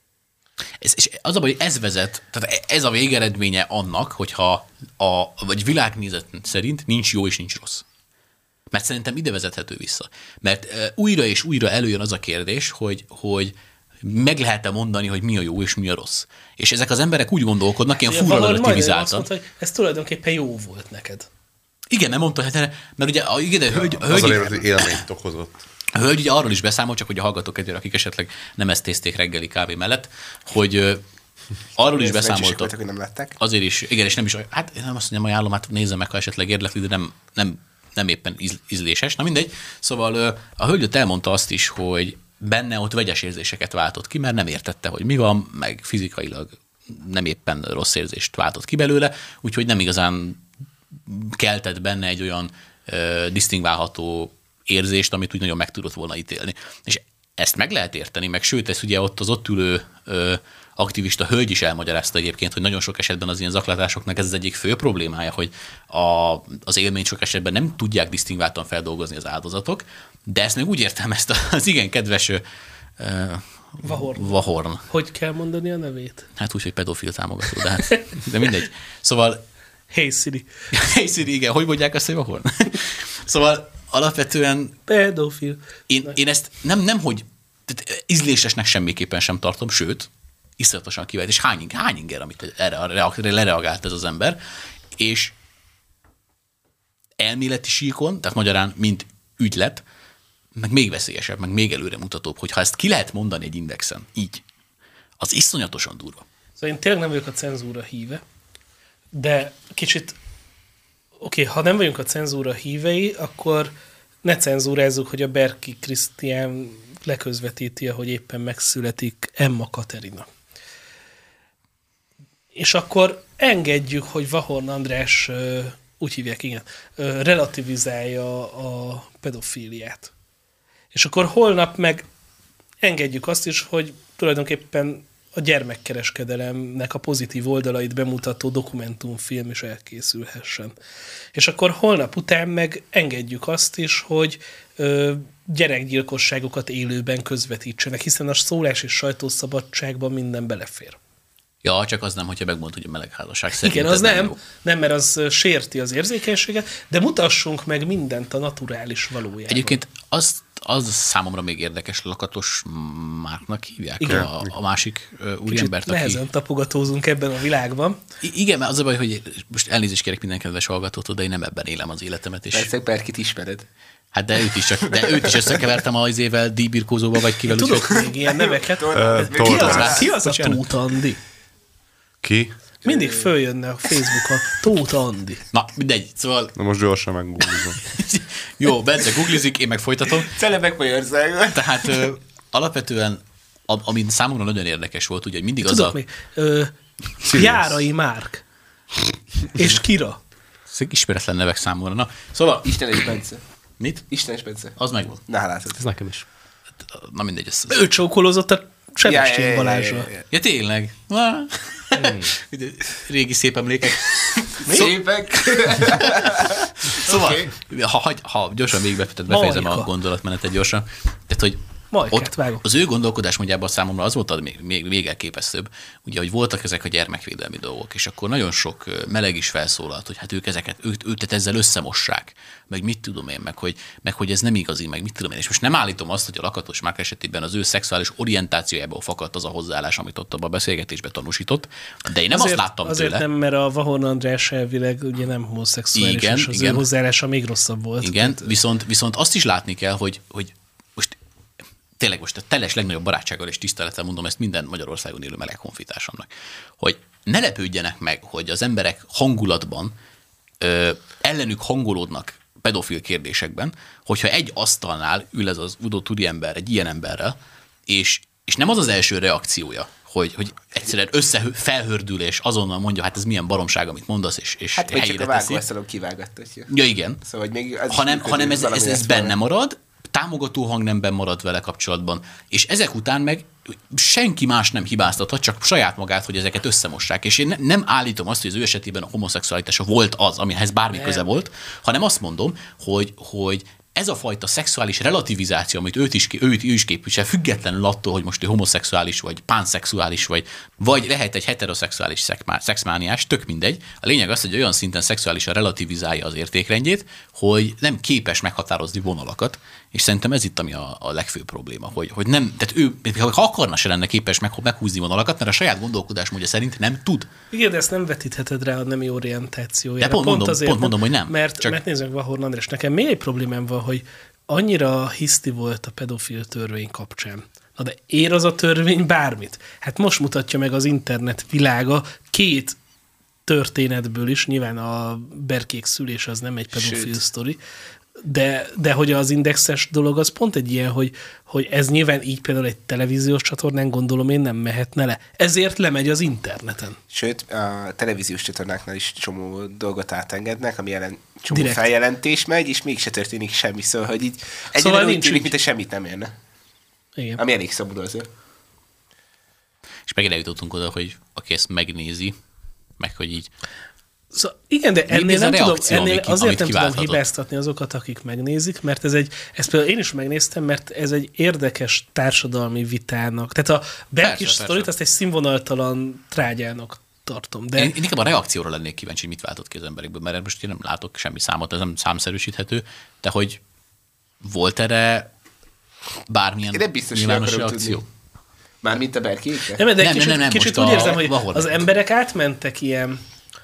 Ez, és az a baj, hogy ez vezet, tehát ez a végeredménye annak, hogyha a vagy világnézet szerint nincs jó és nincs rossz. Mert szerintem ide vezethető vissza. Mert uh, újra és újra előjön az a kérdés, hogy, hogy meg lehet-e mondani, hogy mi a jó és mi a rossz. És ezek az emberek úgy gondolkodnak, ilyen fura relativizáltan. Hogy ez tulajdonképpen jó volt neked. Igen, nem mondta, mert ugye a, igen, de hölgy, ja, hölgy, az azért, hogy élményt okozott. A hölgy ugye arról is beszámol, csak hogy a hallgatók egyre, akik esetleg nem ezt tézték reggeli kávé mellett, hogy uh, arról is beszámoltak. Hogy nem lettek. Azért is, igen, és nem is, hát nem azt mondjam, ajánlom, hát nézzem meg, ha esetleg érdekli, de nem, nem, nem éppen íz, ízléses. Na mindegy. Szóval uh, a hölgy elmondta azt is, hogy benne ott vegyes érzéseket váltott ki, mert nem értette, hogy mi van, meg fizikailag nem éppen rossz érzést váltott ki belőle, úgyhogy nem igazán keltett benne egy olyan uh, disztingválható érzést, amit úgy nagyon meg tudott volna ítélni. És ezt meg lehet érteni, meg sőt, ez ugye ott az ott ülő ö, aktivista hölgy is elmagyarázta egyébként, hogy nagyon sok esetben az ilyen zaklatásoknak ez az egyik fő problémája, hogy a, az élményt sok esetben nem tudják disztingváltan feldolgozni az áldozatok, de ezt meg úgy értelmezte az igen kedves ö, Vahorn. Vahorn. Hogy kell mondani a nevét? Hát úgy, hogy pedofil támogató, de, hát, de mindegy. Szóval... Hey Siri. Hey Siri, igen. Hogy mondják azt, hogy Vahorn? Szóval alapvetően pedofil. Én, én ezt nem, nem hogy tehát ízlésesnek semmiképpen sem tartom, sőt, iszonyatosan kivált, és hány, hány inger, amit erre lereagált ez az ember, és elméleti síkon, tehát magyarán, mint ügylet, meg még veszélyesebb, meg még előremutatóbb, hogyha ezt ki lehet mondani egy indexen, így, az iszonyatosan durva. Szóval én tényleg nem vagyok a cenzúra híve, de kicsit oké, okay, ha nem vagyunk a cenzúra hívei, akkor ne cenzúrázzuk, hogy a Berki Krisztián leközvetíti, ahogy éppen megszületik Emma Katerina. És akkor engedjük, hogy Vahorn András, úgy hívják, igen, relativizálja a pedofíliát. És akkor holnap meg engedjük azt is, hogy tulajdonképpen a gyermekkereskedelemnek a pozitív oldalait bemutató dokumentumfilm is elkészülhessen. És akkor holnap után meg engedjük azt is, hogy ö, gyerekgyilkosságokat élőben közvetítsenek, hiszen a szólás és sajtószabadságban minden belefér. Ja, csak az nem, hogyha megmond, hogy a melegházasság szerint. Igen, az nem, nem, jó. nem, mert az sérti az érzékenységet, de mutassunk meg mindent a naturális valójában. Egyébként az, az számomra még érdekes, Lakatos Márknak hívják igen. a, a másik úriembert. Kicsit nehezen aki... tapogatózunk ebben a világban. I- igen, mert az a baj, hogy most elnézést kérek minden kedves hallgatótól, de én nem ebben élem az életemet. És... Persze, Berkit ismered. Hát de őt is, csak, de őt is összekevertem az évvel díjbirkózóba, vagy kivel. Tudok úgy, még ilyen neveket. Ki az, ki az a Tóth Andi? Ki? Mindig följönne a Facebookon Tóth Andi. Na, mindegy, szóval... Na most gyorsan meggooglizom. Jó, Bence googlizik, én meg folytatom. Celebek Magyarországon. Tehát ö, alapvetően, a, ami számomra nagyon érdekes volt, ugye mindig az Tudok a... még, ö, Járai Márk. És Kira. Ezek ismeretlen nevek számomra. Na, szóval... Isten és Bence. Mit? Isten és Bence. Az megvan. Na, látod. Ez nekem is. Na mindegy. Ez, ez... Ő csókolózott a Sebestyén ja, ja, Balázsra. ja, ja, ja. Ja, tényleg? Hmm. Régi szép emlékek. Szépek. Szóval, okay. ha, ha, ha gyorsan végbe, tehát befejezem a gondolatmenetet gyorsan. Tehát, hogy Majkát vágok. Az ő gondolkodásmódjában számomra az volt a még, még, még elképesztőbb, ugye, hogy voltak ezek a gyermekvédelmi dolgok, és akkor nagyon sok meleg is felszólalt, hogy hát ők ezeket, őt, őt ezzel összemossák, meg mit tudom én, meg hogy, meg hogy ez nem igazi, meg mit tudom én. És most nem állítom azt, hogy a Lakatos Márk esetében az ő szexuális orientációjából fakadt az a hozzáállás, amit ott abban a beszélgetésben tanúsított, de én nem azért, azt láttam azért tőle. nem, mert a Vahorn András elvileg ugye nem homoszexuális, igen, és az igen. ő hozzáállása még rosszabb volt. Igen, tehát... viszont, viszont azt is látni kell, hogy, hogy most tényleg most a teles legnagyobb barátsággal és tisztelettel mondom ezt minden Magyarországon élő meleg honfitársamnak, hogy ne lepődjenek meg, hogy az emberek hangulatban ö, ellenük hangolódnak pedofil kérdésekben, hogyha egy asztalnál ül ez az Udo Turi ember egy ilyen emberrel, és, és nem az az első reakciója, hogy, hogy egyszerűen össze felhördül, és azonnal mondja, hát ez milyen baromság, amit mondasz, és, és hát, helyére teszi. Hát, vagy csak a vágóasztalon kivágattatja. Ja, igen. Szóval, hogy még az hanem hanem ez, ez, ez benne marad, támogató hangnemben marad vele kapcsolatban, és ezek után meg senki más nem hibáztathat, csak saját magát, hogy ezeket összemossák. És én ne, nem állítom azt, hogy az ő esetében a homoszexualitása volt az, amihez bármi köze volt, hanem azt mondom, hogy, hogy ez a fajta szexuális relativizáció, amit őt is, őt, ő is képvisel, függetlenül attól, hogy most ő homoszexuális, vagy pánszexuális, vagy, vagy lehet egy heteroszexuális szexmániás, tök mindegy. A lényeg az, hogy olyan szinten szexuálisan relativizálja az értékrendjét, hogy nem képes meghatározni vonalakat, és szerintem ez itt ami a, a legfőbb probléma, hogy, hogy nem, tehát ő, ha akarna, se lenne képes meg, meghúzni vonalakat, mert a saját gondolkodásmódja szerint nem tud. Igen, de ezt nem vetítheted rá a nemi orientációjára. De pont, pont mondom, azért, pont mondom, hogy nem. Mert, Csak... mert nézzük, Vahorn András, nekem még egy problémám van, hogy annyira hiszti volt a pedofil törvény kapcsán. Na de ér az a törvény bármit? Hát most mutatja meg az internet világa két történetből is, nyilván a Berkék szülés az nem egy pedofil sztori, de, de hogy az indexes dolog az pont egy ilyen, hogy, hogy ez nyilván így például egy televíziós csatornán gondolom én nem mehetne le. Ezért lemegy az interneten. Sőt, a televíziós csatornáknál is csomó dolgot átengednek, ami jelen csomó Direkt. feljelentés megy, és mégse történik semmi, szóval, hogy így egyre Szóval úgy nincs tűnik, úgy. mint semmit nem érne. Igen. Ami elég szabadul azért. És megint eljutottunk oda, hogy aki ezt megnézi, meg hogy így Szóval igen, de ennél nem tudom, ennél ki, azért nem tudom hibáztatni azokat, akik megnézik, mert ez egy, ezt például én is megnéztem, mert ez egy érdekes társadalmi vitának. Tehát a Berkis sztorit azt egy színvonaltalan trágyának tartom. De... Én, én inkább a reakcióra lennék kíváncsi, hogy mit váltott ki az emberekből, mert most én nem látok semmi számot, ez nem számszerűsíthető, de hogy volt erre bármilyen én nem biztos, nyilvános reakció? Tudni. Mármint a Berkékre? Nem, de nem, kicsit, nem, nem, kicsit úgy a, érzem, hogy Vahorn. Az emberek átmentek ilyen,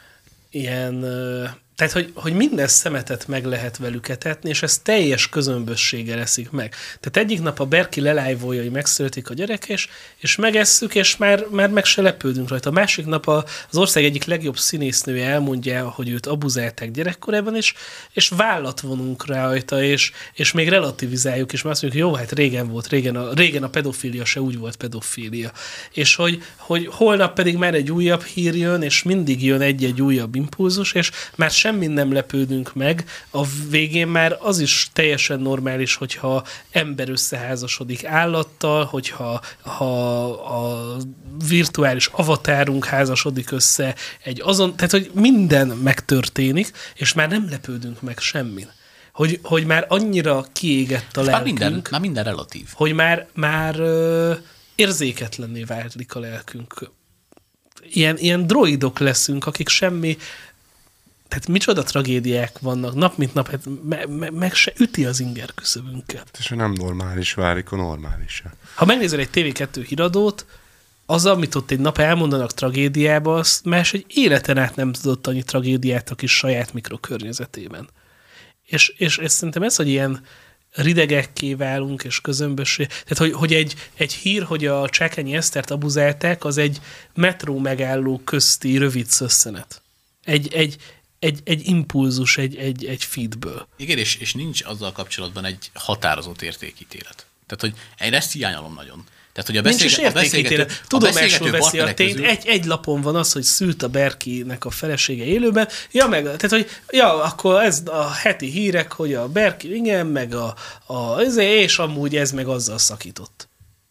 ilyen tehát, hogy, hogy minden szemetet meg lehet velük etetni, és ez teljes közömbösséggel eszik meg. Tehát egyik nap a Berki lelájvolja, hogy megszületik a gyerek, és, és megesszük, és már, már meg se lepődünk rajta. A másik nap a, az ország egyik legjobb színésznője elmondja, hogy őt abuzálták gyerekkorában, és, és vállat vonunk rajta, és, és még relativizáljuk, és már azt mondjuk, hogy jó, hát régen volt, régen a, régen a pedofília se úgy volt pedofília. És hogy, hogy holnap pedig már egy újabb hír jön, és mindig jön egy-egy újabb impulzus, és már semmin nem lepődünk meg, a végén már az is teljesen normális, hogyha ember összeházasodik állattal, hogyha ha a virtuális avatárunk házasodik össze egy azon, tehát hogy minden megtörténik, és már nem lepődünk meg semmin. Hogy, hogy már annyira kiégett a lelkünk, Már minden, már minden relatív. hogy már, már ö, érzéketlenné válik a lelkünk. Ilyen, ilyen droidok leszünk, akik semmi. Tehát micsoda tragédiák vannak, nap mint nap, hát me- me- meg se üti az inger küszöbünket. És ha nem normális válik, a normális. Ha megnézel egy té vé kettő híradót, az, amit ott egy nap elmondanak tragédiába, azt más egy életen át nem tudott annyi tragédiát a kis saját mikrokörnyezetében. És, és, és szerintem ez, hogy ilyen ridegekké válunk, és közömbössé. Tehát, hogy, hogy egy, egy hír, hogy a Csákányi Esztert abuzálták, az egy metró megálló közti rövid szösszenet. Egy, egy, egy, egy impulzus, egy, egy, egy feedből. Igen, és, és nincs azzal kapcsolatban egy határozott értékítélet. Tehát, hogy én ezt hiányolom nagyon. Tehát, hogy a Nincs is értékítélet. Tudomásul veszi a tényt. Közül... Egy, egy lapon van az, hogy szült a Berkinek a felesége élőben. Ja, meg, tehát, hogy ja, akkor ez a heti hírek, hogy a Berki, igen, meg a, a és amúgy ez meg azzal szakított.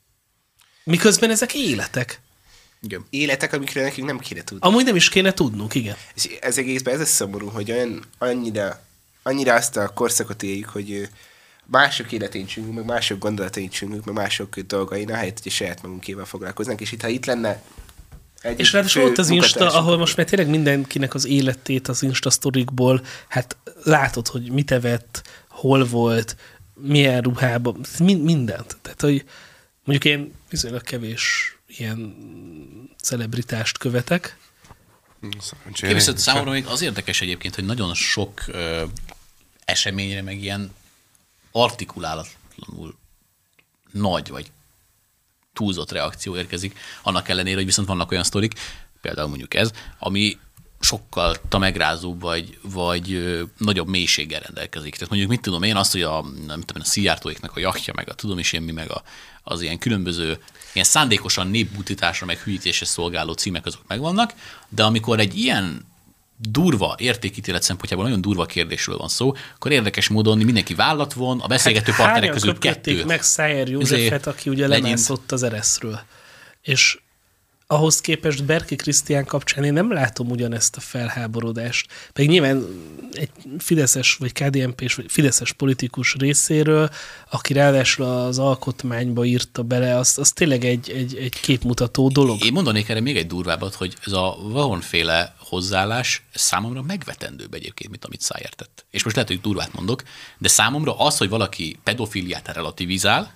Miközben ezek életek. Igen. Életek, amikről nekünk nem kéne tudni. Amúgy nem is kéne tudnunk, igen. És ez egészben ez a szomorú, hogy olyan, annyira, annyira azt a korszakot éljük, hogy mások életén csüngünk, meg mások gondolatain csüngünk, meg mások dolgain, ahelyett, hogy a saját magunkével foglalkoznánk, és itt, ha itt lenne egy és ráadásul ott az Insta, ahol most már tényleg mindenkinek az életét az Insta sztorikból, hát látod, hogy mit evett, hol volt, milyen ruhában, mindent. Tehát, hogy mondjuk én viszonylag kevés ilyen celebritást követek. Én viszont számomra még az érdekes egyébként, hogy nagyon sok ö, eseményre meg ilyen artikulálatlanul nagy vagy túlzott reakció érkezik, annak ellenére, hogy viszont vannak olyan sztorik, például mondjuk ez, ami sokkal megrázóbb vagy, vagy ö, nagyobb mélységgel rendelkezik. Tehát mondjuk mit tudom én azt, hogy a, nem tudom, a Szijjártóéknak a jachtja, meg a tudom is én mi, meg a, az ilyen különböző ilyen szándékosan népbutításra, meg hűítésre szolgáló címek azok megvannak, de amikor egy ilyen durva értékítélet szempontjából nagyon durva kérdésről van szó, akkor érdekes módon mindenki vállat von, a beszélgető hát partnerek közül kettő. Meg Szájer Józsefet, aki ugye lemászott az ereszről. És ahhoz képest Berki Krisztián kapcsán én nem látom ugyanezt a felháborodást. Pedig nyilván egy fideszes, vagy ká dé en pés, vagy fideszes politikus részéről, aki ráadásul az alkotmányba írta bele, az, az tényleg egy, egy, egy képmutató dolog. Én mondanék erre még egy durvábbat, hogy ez a Vahorn-féle hozzáállás számomra megvetendőbb egyébként, mint amit Szájer tett. És most lehet, hogy durvát mondok, de számomra az, hogy valaki pedofiliát relativizál,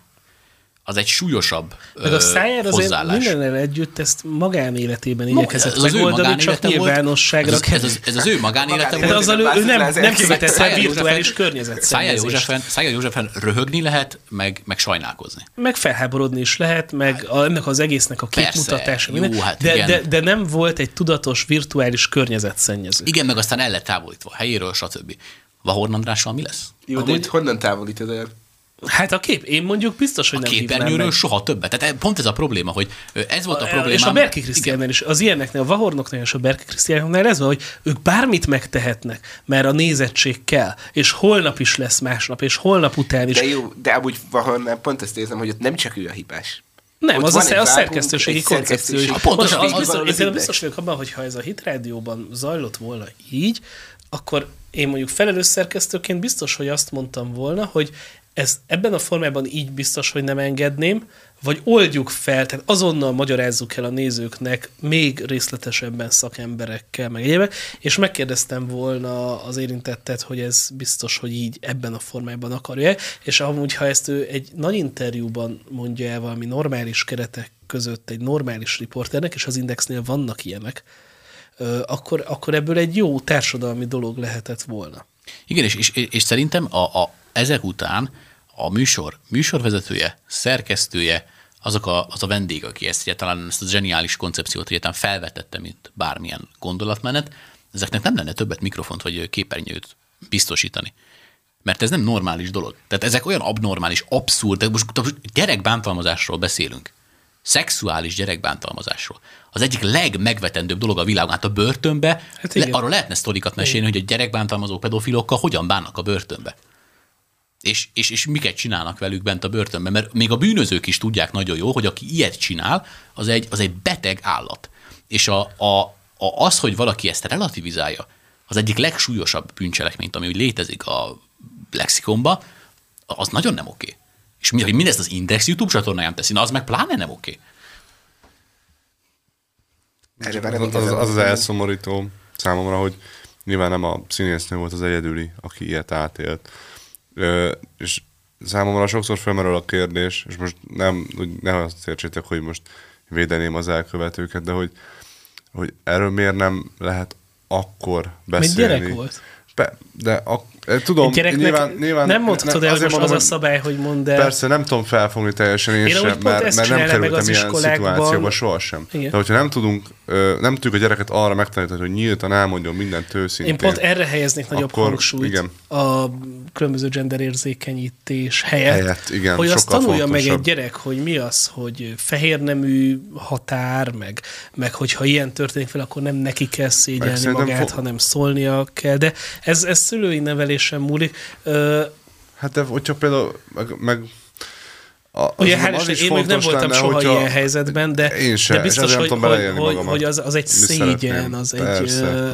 az egy súlyosabb meg a Szájer azért mindennel együtt ezt magánéletében igyekezett megoldani, csak nyilvánosságra ez, ez, ez, ez az ő magánélete volt. Az ő nem, nem követett el virtuális környezet Szájer Józsefen röhögni lehet, meg, meg sajnálkozni. Meg felháborodni is lehet, meg a, ennek az egésznek a képmutatása. Persze, jó, hát de, de, de nem volt egy tudatos virtuális környezetszennyező. Igen, meg aztán el lett távolítva a helyéről, stb. Vahorn Andrással mi lesz? Jó, de honnan távolítod el? Hát a kép, én mondjuk biztos, hogy a nem képernyőről soha többet. Tehát pont ez a probléma, hogy ez volt a, a probléma. És a Berki Krisztiánnál is, az ilyeneknél, a Vahornoknál és a Berki Krisztiánnál ez van, hogy ők bármit megtehetnek, mert a nézettség kell, és holnap is lesz másnap, és holnap után is. De jó, de amúgy Vahornál pont azt érzem, hogy ott nem csak ő a hibás. Nem, ott az a, a szerkesztőségi koncepció is. Pontos, az, az, az, biztos, biztos, biztos vagyok abban, hogy ha ez a Hit Rádióban zajlott volna így, akkor én mondjuk felelős szerkesztőként biztos, hogy azt mondtam volna, hogy ez ebben a formában így biztos, hogy nem engedném, vagy oldjuk fel, tehát azonnal magyarázzuk el a nézőknek még részletesebben szakemberekkel, meg egyébek, és megkérdeztem volna az érintettet, hogy ez biztos, hogy így ebben a formában akarja, és amúgy, ha ezt ő egy nagy interjúban mondja el valami normális keretek között egy normális riporternek, és az Indexnél vannak ilyenek, akkor, akkor ebből egy jó társadalmi dolog lehetett volna. Igen, és, és, és szerintem a, a, ezek után a műsor műsorvezetője, szerkesztője, azok a, az a vendég, aki ezt talán ezt a zseniális koncepciót egyáltalán felvetette, mint bármilyen gondolatmenet, ezeknek nem lenne többet mikrofont vagy képernyőt biztosítani. Mert ez nem normális dolog. Tehát ezek olyan abnormális, abszurd, de most gyerekbántalmazásról beszélünk. Szexuális gyerekbántalmazásról. Az egyik legmegvetendőbb dolog a világon. Hát a börtönbe, hát le, arról lehetne sztorikat mesélni, igen, hogy a gyerekbántalmazó pedofilokkal hogyan bánnak a börtönbe. És, és, és miket csinálnak velük bent a börtönben. Mert még a bűnözők is tudják nagyon jól, hogy aki ilyet csinál, az egy, az egy beteg állat. És a, a, a, az, hogy valaki ezt relativizálja, az egyik legsúlyosabb bűncselekményt, ami úgy létezik a lexikonban, az nagyon nem oké. És hogy mindezt az Index YouTube csatornáján teszi, na az meg pláne nem oké. Az az, az, az elszomorító számomra, hogy nyilván nem a színésznő volt az egyedüli, aki ilyet átélt. Ö, és számomra sokszor felmerül a kérdés, és most nem, nem azt értsétek, hogy most védeném az elkövetőket, de hogy, hogy erről miért nem lehet akkor beszélni. Egy gyerek volt. Be, de a, tudom, nyilván, nyilván, nem mondhatod el, hogy most mondom, az a szabály, hogy mondd el. Persze, nem tudom felfogni teljesen én, én sem, mert, mert nem kerültem ilyen szituációba sohasem. Igen. De hogyha nem tudunk, nem tudjuk a gyereket arra megtanítani, hogy nyíltan elmondjon mindent őszintén. Én pont erre helyeznék nagyobb akkor, hangsúlyt igen. a különböző genderérzékenyítés helyett, helyett igen, hogy azt tanulja fontosabb. Meg egy gyerek, hogy mi az, hogy fehérnemű határ, meg, meg hogyha ilyen történik fel, akkor nem neki kell szégyelni magát, fo- hanem szólnia kell, de ez, ez szülői nevelésen múlik. Uh, hát de hogyha például meg, meg a, ugye, hál' Isten, én még nem voltam lenne, soha ilyen helyzetben, de, én sem, de biztos, hogy, hogy, hogy az, az egy szégyen, az egy,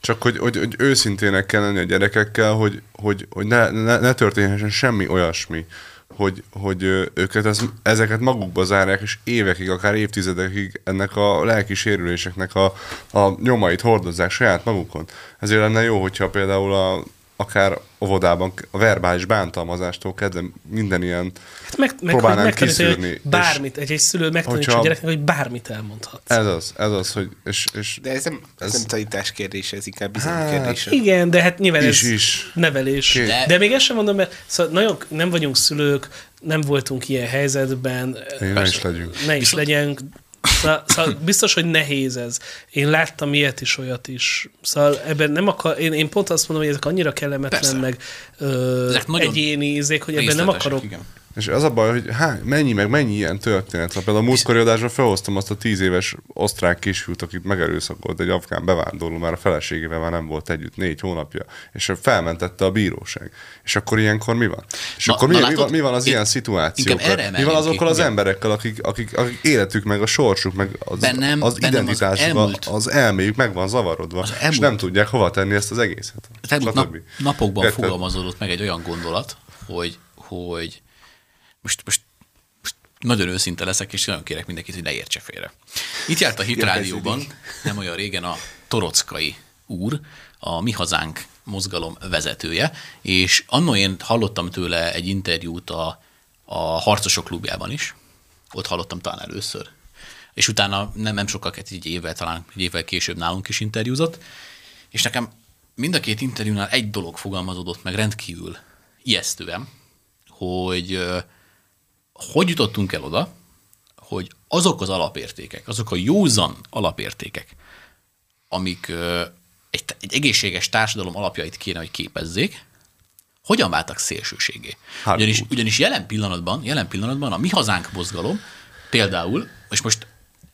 Csak hogy, hogy, hogy őszintének kell lenni a gyerekekkel, hogy, hogy, hogy ne, ne, ne történhessen semmi olyasmi, hogy, hogy őket ez, ezeket magukba zárják, és évekig, akár évtizedekig ennek a lelki sérüléseknek a, a nyomait hordozzák saját magukon. Ezért lenne jó, hogyha például a, akár óvodában a verbális bántalmazástól kezdve minden ilyen hát meg, meg, próbálnám meg, kiszűrni. Hogy bármit, egy, egy szülő megtanítsa a gyereknek, hogy bármit elmondhatsz. Ez az, ez az, hogy... És, és de ez nem, ez, ez nem tanítás kérdése, ez inkább bizony hát, kérdése. Igen, de hát nyilván is, ez is. nevelés. De, de még ezt sem mondom, mert szóval nagyon nem vagyunk szülők, nem voltunk ilyen helyzetben. Ne is legyünk. Ne is legyünk. Szóval, szóval biztos, hogy nehéz ez. Én láttam ilyet is, olyat is. Szóval ebben nem akar, én, én pont azt mondom, hogy ezek annyira kellemetlen, persze. meg ö, egyéni ízék, hogy ebben nem akarok. Igen. És az a baj, hogy há, mennyi, meg mennyi ilyen történet. Szóval például a múltkori adásban felhoztam azt a tíz éves osztrák kisfiút, akit megerőszakolt egy afgán bevándorló, már a feleségével már nem volt együtt négy hónapja, és felmentette a bíróság. És akkor ilyenkor mi van? És na, akkor mi, na, mi, van, mi van az én, ilyen szituációkkal? Mi van azokkal ki, az igen. emberekkel, akik, akik, akik életük, meg a sorsuk, meg az, bennem, az identitásuk, az, az elméjük meg van zavarodva, az elmúlt, és nem tudják hova tenni ezt az egészet. Az elmúlt nap, napokban Érted? fogalmazódott meg egy olyan gondolat, hogy, hogy Most, most, most nagyon őszinte leszek, és nagyon kérek mindenkit, hogy ne értse félre. Itt járt a Hit Rádióban, nem olyan régen a Torockai úr, a Mi Hazánk mozgalom vezetője, és annól én hallottam tőle egy interjút a, a Harcosok klubjában is, ott hallottam talán először, és utána nem, nem sokkal, egy évvel, talán egy évvel később nálunk is interjúzott, és nekem mind a két interjúnál egy dolog fogalmazódott meg rendkívül ijesztően, hogy hogy jutottunk el oda, hogy azok az alapértékek, azok a józan alapértékek, amik egy, egy egészséges társadalom alapjait kéne, hogy képezzék, hogyan váltak szélsőségé. Ugyanis, ugyanis jelen pillanatban, jelen pillanatban a Mi Hazánk mozgalom például, és most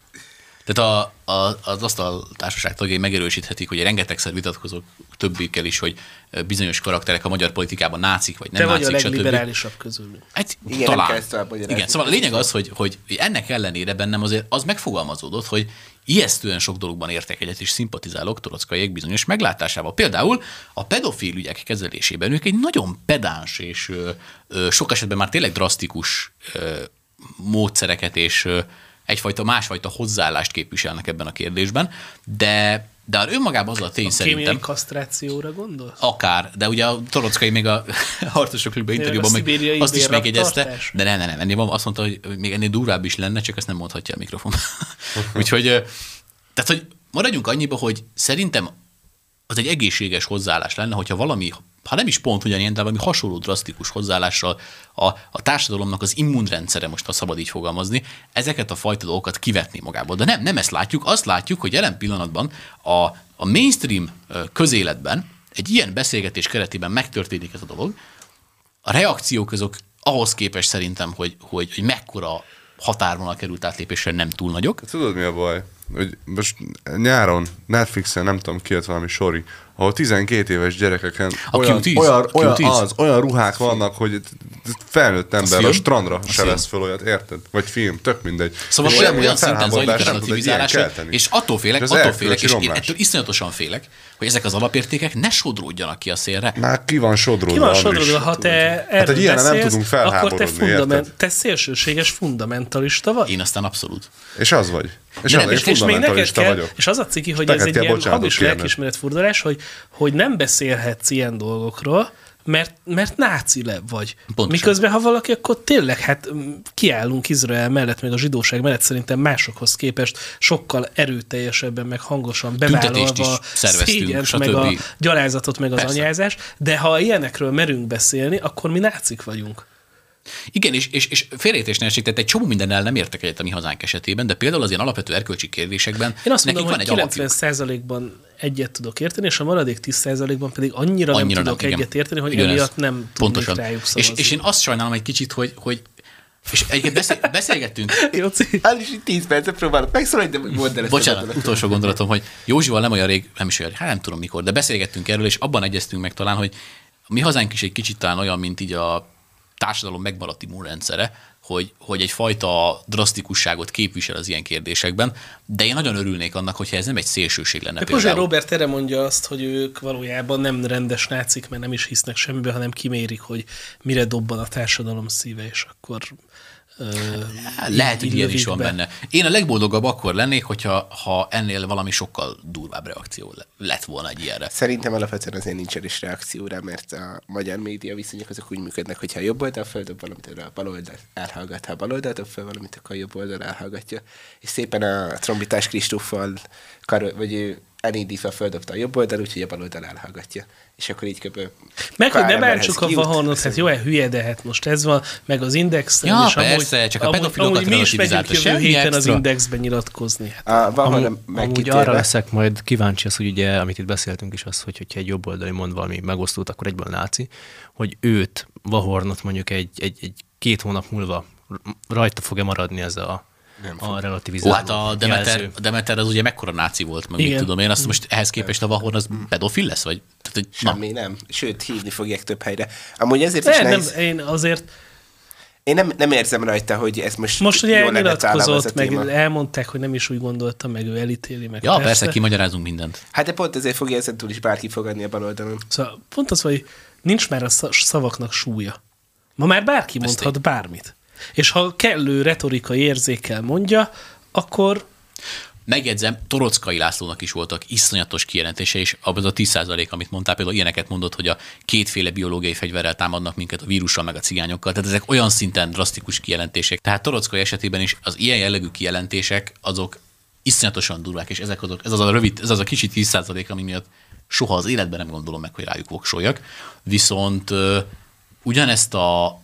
tehát a, a, az asztaltársaság tagjai megerősíthetik, hogy rengetegszer vitatkozok többikkel is, hogy bizonyos karakterek a magyar politikában nácik, vagy nem Te nácik, stb. Te vagy a legliberálisabb közül. Hát, igen, talán. Igen, szóval a lényeg az, hogy, hogy ennek ellenére bennem azért az megfogalmazódott, hogy ijesztően sok dologban értek egyet, és szimpatizálok Torockaiék bizonyos meglátásával. Például a pedofil ügyek kezelésében ők egy nagyon pedáns és ö, ö, sok esetben már tényleg drasztikus ö, módszereket és ö, egyfajta másfajta hozzáállást képviselnek ebben a kérdésben, de, de önmagában az a tény a szerintem... Kémiai kasztrációra gondolsz? Akár, de ugye a Torockai még a Harcosok klubban interjúban meg azt is megjegyezte, de nem, nem, nem, ennél van, azt mondta, hogy még ennél durvább is lenne, csak ezt nem mondhatja a mikrofon. Úgyhogy, tehát, hogy maradjunk annyiba, hogy szerintem az egy egészséges hozzáállás lenne, hogyha valami, ha nem is pont ugyanilyen, de valami hasonló drasztikus hozzáállással a, a társadalomnak az immunrendszere, most ha szabad így fogalmazni, ezeket a fajta dolgokat kivetni magából. De nem, nem ezt látjuk, azt látjuk, hogy jelen pillanatban a, a mainstream közéletben egy ilyen beszélgetés keretében megtörténik ez a dolog. A reakciók azok ahhoz képest szerintem, hogy, hogy, hogy mekkora határvonal került átlépésre, nem túl nagyok. Tudod, mi a baj? Hogy most nyáron Netflixen nem tudom, kijött valami sori, ahol tizenkét éves gyerekeken olyan, olyan, olyan, az, olyan ruhák vannak, hogy felnőtt ember a strandra a se vesz föl olyat, érted? Vagy film, tök mindegy. Szóval olyan, olyan szinten zajlik a relativizálás, és attól félek, és attól félek, és én ettől iszonyatosan félek, hogy ezek az alapértékek ne sodródjanak ki a szélre. Már ki van sodródva. Ki van sodródva, ha te hát, erről beszélsz, nem tudunk akkor te, fundament, te szélsőséges fundamentalista vagy? Én aztán abszolút. És az vagy. És, nem, és, és még neked kell, vagyok. És az a ciki, hogy ez egy ilyen hamis lelkiismeretfurdalás, hogy, hogy nem beszélhetsz ilyen dolgokról, mert, mert náci le vagy. Pontosan. Miközben, ha valaki, akkor tényleg hát kiállunk Izrael mellett, meg a zsidóság mellett szerintem másokhoz képest sokkal erőteljesebben, meg hangosan bevállalva szégyent, meg a gyalázatot, meg az Persze. anyázást, de ha ilyenekről merünk beszélni, akkor mi nácik vagyunk. Igen, és, és, és félreértés ne esik, tehát egy csomó mindennel nem értek egyet a Mi Hazánk esetében, de például az ilyen alapvető erkölcsi kérdésekben én azt mondom, hogy kilencven százalékban egyet tudok érteni, és a maradék tíz százalékban pedig annyira, annyira nem tudok nem, egyet érteni, hogy emiatt nem tudnék rájuk szavazni. És, és én azt sajnálom egy kicsit, hogy, hogy és egyébként beszél, beszélgettünk. Jóci. Hát is így tíz percet próbálok megszólalni, de mondd el ezt. Bocsánat, utolsó gondolatom, hogy Józsival nem olyan rég, nem is olyan, hát nem tudom mikor, de beszélgettünk erről, és abban egyeztünk meg talán, hogy a Mi Hazánk is egy kicsit talán olyan, mint így a társadalom megmaradt immunrendszere, hogy, hogy egyfajta drasztikusságot képvisel az ilyen kérdésekben, de én nagyon örülnék annak, hogyha ez nem egy szélsőség lenne. Puzsér Robert erre mondja azt, hogy ők valójában nem rendes nácik, mert nem is hisznek semmibe, hanem kimérik, hogy mire dobban a társadalom szíve, és akkor lehet, hogy ilyen is van be. Benne. Én a legboldogabb akkor lennék, hogyha ha ennél valami sokkal durvább reakció lett volna egy ilyenre. Szerintem alapvetően azért nincsen is reakció rá, mert a magyar média viszonyok azok úgy működnek, hogyha a jobb oldal földob valamit, a bal oldal elhallgat, ha a bal oldal dob föl valamit, akkor a jobb oldal elhallgatja. És szépen a trombitás Kristóffal, vagy elindítva földobta a jobb oldal, úgyhogy a bal oldal elhallgatja. És akkor így köbben... Meg, hogy ne bántsuk a Vahornot, hát jó-e hülye, de hát most ez van, meg az Index. Ja, és persze, amúgy, csak a pedofilokat relativizálta, semmi jövő héten az Indexben nyilatkozni. Hát. A Amúgy, amúgy arra leszek majd kíváncsi az, hogy ugye, amit itt beszéltünk is, az, hogy hogyha egy jobb oldali mond valami megosztót, akkor egyből náci, hogy őt, Vahornot mondjuk egy, egy, egy két hónap múlva rajta fog-e maradni ez a a relativizáló. Ó, hát a Demeter, a Demeter az ugye mekkora náci volt, meg mit tudom én, azt most ehhez képest a Vahorn az pedofil lesz, vagy? Tehát, hogy, semmi, na. Nem. Sőt, hívni fogják több helyre. Amúgy ezért de is nem, nehéz... én azért... Én nem, nem érzem rajta, hogy ez most Most ugye elnyilatkozott, meg elmondták, hogy nem is úgy gondoltam, meg ő elítéli meg. Ja, persze, persze kimagyarázunk mindent. Hát de pont ezért fogja ezen túl is bárki fogadni a baloldalon. Szóval pont az, hogy nincs már a szavaknak súlya. Ma már bárki mondhat Ezt bármit. És ha kellő retorikai érzékkel mondja, akkor... Megjegyzem, Torockai Lászlónak is voltak iszonyatos kijelentése, és abban az a tíz százalék, amit mondtál, például ilyeneket mondott, hogy a kétféle biológiai fegyverrel támadnak minket, a vírussal meg a cigányokkal. Tehát ezek olyan szinten drasztikus kijelentések. Tehát Torockai esetében is az ilyen jellegű kijelentések, azok iszonyatosan durvák, és ezek azok, ez az a rövid, ez az a kicsi tíz százalék, ami miatt soha az életben nem gondolom meg, hogy rájuk voksoljak. Viszont uh, ugyanezt a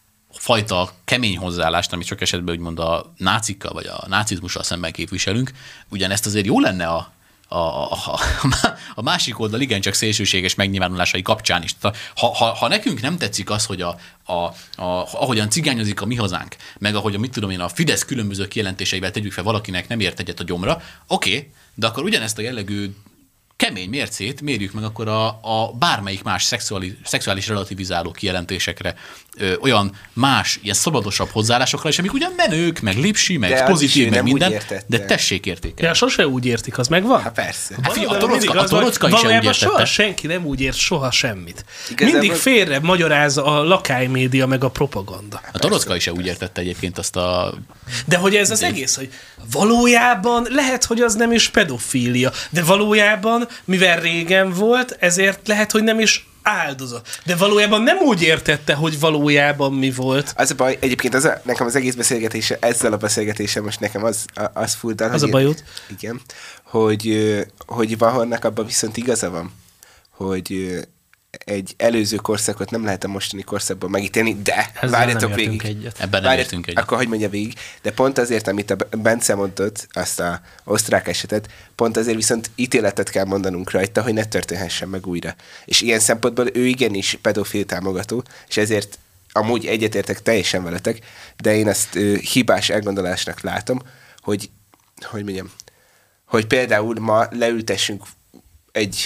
fajta kemény hozzáállást, amit sok esetben úgymond a nácikkal vagy a nácizmussal szemben képviselünk, ugyanezt azért jó lenne a, a, a, a másik oldal igencsak szélsőséges megnyilvánulásai kapcsán is. Ha, ha, ha nekünk nem tetszik az, hogy a, a, a, ahogyan cigányozik a mi hazánk, meg ahogy mit tudom én, a Fidesz különböző kijelentéseivel tegyük fel valakinek nem ért egyet a gyomra, oké, okay, de akkor ugyanezt a jellegű kemény mércét mérjük meg akkor a, a bármelyik más szexuális, szexuális relativizáló kijelentésekre, ö, olyan más, ilyen szabadosabb hozzáállásokra is, amik ugyan menők, meg lipsi, meg de pozitív, meg minden, de tessék értékelni. Ja, sose úgy értik, az megvan? Hát persze. Hát figyelj, a Torocka, a Torocka is úgy értette. Soha senki nem úgy ért soha semmit. Igazából... Mindig félre magyarázza a lakálymédia, meg a propaganda. A Torocka is úgy értette egyébként azt a... De hogy ez az egész, hogy valójában lehet, hogy az nem is pedofília, de valójában mivel régen volt, ezért lehet, hogy nem is áldozat. De valójában nem úgy értette, hogy valójában mi volt. Az a baj, egyébként az a, nekem az egész beszélgetése, ezzel a beszélgetéssel most nekem az, az furdal. Az a bajod? Igen, hogy, hogy Vahornak abban viszont igaza van, hogy egy előző korszakot nem lehet a mostani korszakban megítélni, de ezzel várjatok végig. Egyet. Ebben nem értünk egyet. Akkor hogy mondja végig? De pont azért, amit a Bence mondott, azt a osztrák esetet, pont azért viszont ítéletet kell mondanunk rajta, hogy ne történhessen meg újra. És ilyen szempontból ő igenis pedofil támogató, és ezért amúgy egyetértek teljesen veletek, de én ezt ö, hibás elgondolásnak látom, hogy, hogy mondjam, hogy például ma leültessünk egy...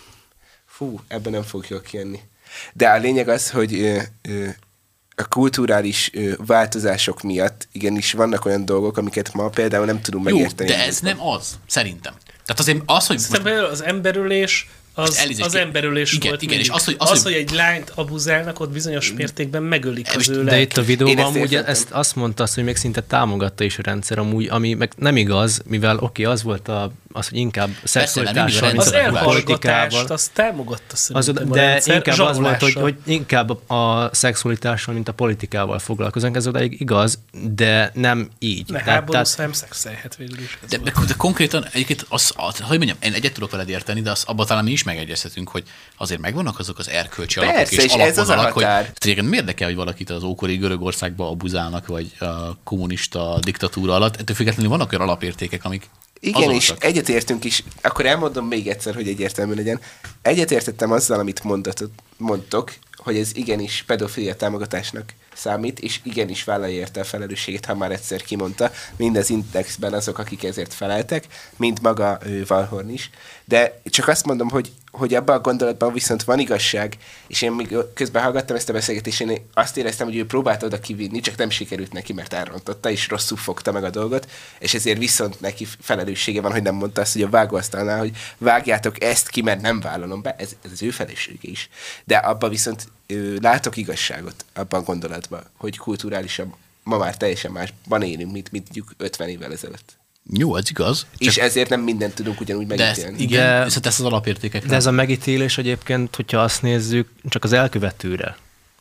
Fú, ebben nem fog jól kijönni. De a lényeg az, hogy ö, ö, a kulturális ö, változások miatt igenis vannak olyan dolgok, amiket ma például nem tudunk Jó, megérteni. de ez nem az, szerintem. Tehát azért az, hogy... Most... Az emberülés az, az emberülés igen, volt igen, és az, hogy, az, az, hogy egy lányt abuzálnak, ott bizonyos mértékben megölik az ő De itt a videóban amúgy ezt azt mondta, azt, hogy még szinte támogatta is a rendszer amúgy, ami meg nem igaz, mivel oké, okay, az volt a, az, hogy inkább szexualitással, mint az a politikával. azt támogatta szerintem az, De inkább az volt, hogy, hogy inkább a szexualitással, mint a politikával foglalkozunk. Ez odáig igaz, de nem így. Ne háborúsz, nem szexelhet végül is. De, de, de konkrétan egyébként, az, az, hogy mondjam, én egyet tudok veled érteni, de az, abban talán mi is megegyezhetünk, hogy azért megvannak azok az erkölcsi Persze, alapok és, és alapvonalak, hogy miért érdekel, hogy valakit az ókori Görögországban abuzálnak, vagy a kommunista diktatúra alatt. Ettől függetlenül vannak olyan alapértékek, amik igen, és egyetértünk is. Akkor elmondom még egyszer, hogy egyértelmű legyen. Egyetértettem azzal, amit mondatot, mondtok, hogy ez igenis pedofilia támogatásnak számít, és igenis vállalja érte a felelősséget, ha már egyszer kimondta, mind az Indexben azok, akik ezért feleltek, mind maga ő, Valhorn is. De csak azt mondom, hogy, hogy abban a gondolatban viszont van igazság, és én még közben hallgattam ezt a beszélgetést, én azt éreztem, hogy ő próbálta oda kivinni, csak nem sikerült neki, mert elrontotta, és rosszul fogta meg a dolgot, és ezért viszont neki felelőssége van, hogy nem mondta azt, hogy a vágóasztalnál, hogy vágjátok ezt ki, mert nem vállalom be, ez, ez az ő felelőssége is. De abban viszont ő, látok igazságot abban a gondolatban, hogy kulturálisan ma már teljesen másban élünk, mint mondjuk ötven évvel ezelőtt. Jó, ez igaz. És ezért nem mindent tudunk ugyanúgy megítélni. De igen, viszont ezt az alapértékek. De ez a megítélés egyébként, hogyha azt nézzük, csak az elkövetőre,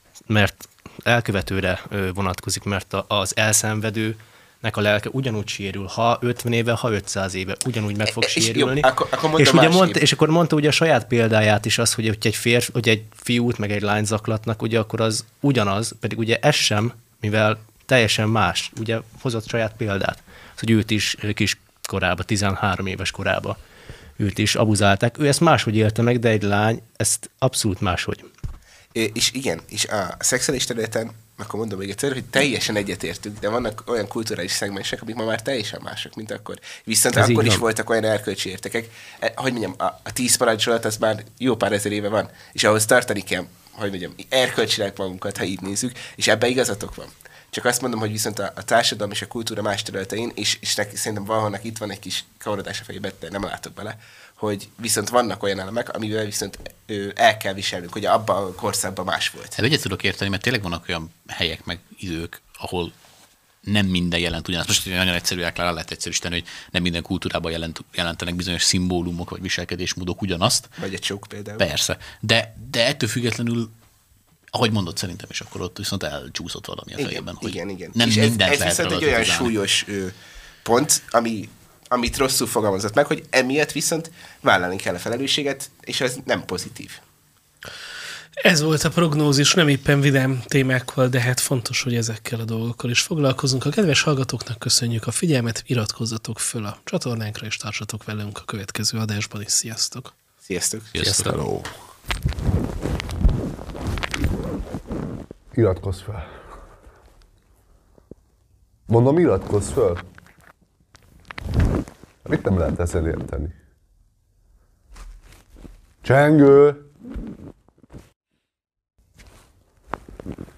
mert elkövetőre vonatkozik, mert az elszenvedőnek a lelke ugyanúgy sérül, ha ötven éve, ha ötszáz éve, ugyanúgy meg fog és sérülni. Jó, akkor, akkor és, ugye mondta, és akkor mondta ugye a saját példáját is az, hogy egy férfi, hogy egy fiút meg egy lányt zaklatnak, ugye akkor az ugyanaz, pedig ugye ez sem, mivel teljesen más, ugye hozott saját példát, hogy őt is kis korában, tizenhárom éves korában őt is abuzálták. Ő ezt máshogy élte meg, de egy lány ezt abszolút máshogy. É, és igen, és a szexuális területen, akkor mondom még egyszer, hogy teljesen egyetértünk, de vannak olyan kulturális szegmensek, amik ma már teljesen mások, mint akkor. Viszont ez akkor is van. Voltak olyan erkölcsi értékek. E, hogy mondjam, a, a tíz parancsolat az már jó pár ezer éve van, és ahhoz tartani kell, hogy mondjam, erkölcsileg magunkat, ha így nézzük, és ebben igazatok van. Csak azt mondom, hogy viszont a, a társadalom és a kultúra más területein, és, és neki, szerintem valahonnak itt van egy kis kavarodás a fejében, de nem látok bele, hogy viszont vannak olyan elemek, amivel viszont ö, el kell viselnünk, hogy abban a korszakban más volt. Hát egyet tudok érteni, mert tényleg vannak olyan helyek, meg idők, ahol nem minden jelent ugyanazt. Most nagyon egyszerűen le lehet egyszerűsíteni, hogy nem minden kultúrában jelent, jelentenek bizonyos szimbólumok vagy viselkedésmódok ugyanazt. Vagy egy csók például. Persze. De, de ettől függetlenül, ahogy mondod, szerintem is akkor ott viszont elcsúszott valami a fejében. Igen, igen, igen. Nem és mindent ez, ez lehet viszont egy olyan súlyos ö, pont, ami, amit rosszul fogalmazott meg, hogy emiatt viszont vállalni kell a felelősséget, és ez nem pozitív. Ez volt a prognózis, nem éppen vidám témákkal, de hát fontos, hogy ezekkel a dolgokkal is foglalkozunk. A kedves hallgatóknak köszönjük a figyelmet, iratkozzatok föl a csatornánkra, és tartsatok velünk a következő adásban is. Sziasztok! Sziasztok! Sziasztok! Sziasztok. Iratkozz fel. Mondom, iratkozz fel. Mit nem lehet ezzel érteni? Csengő!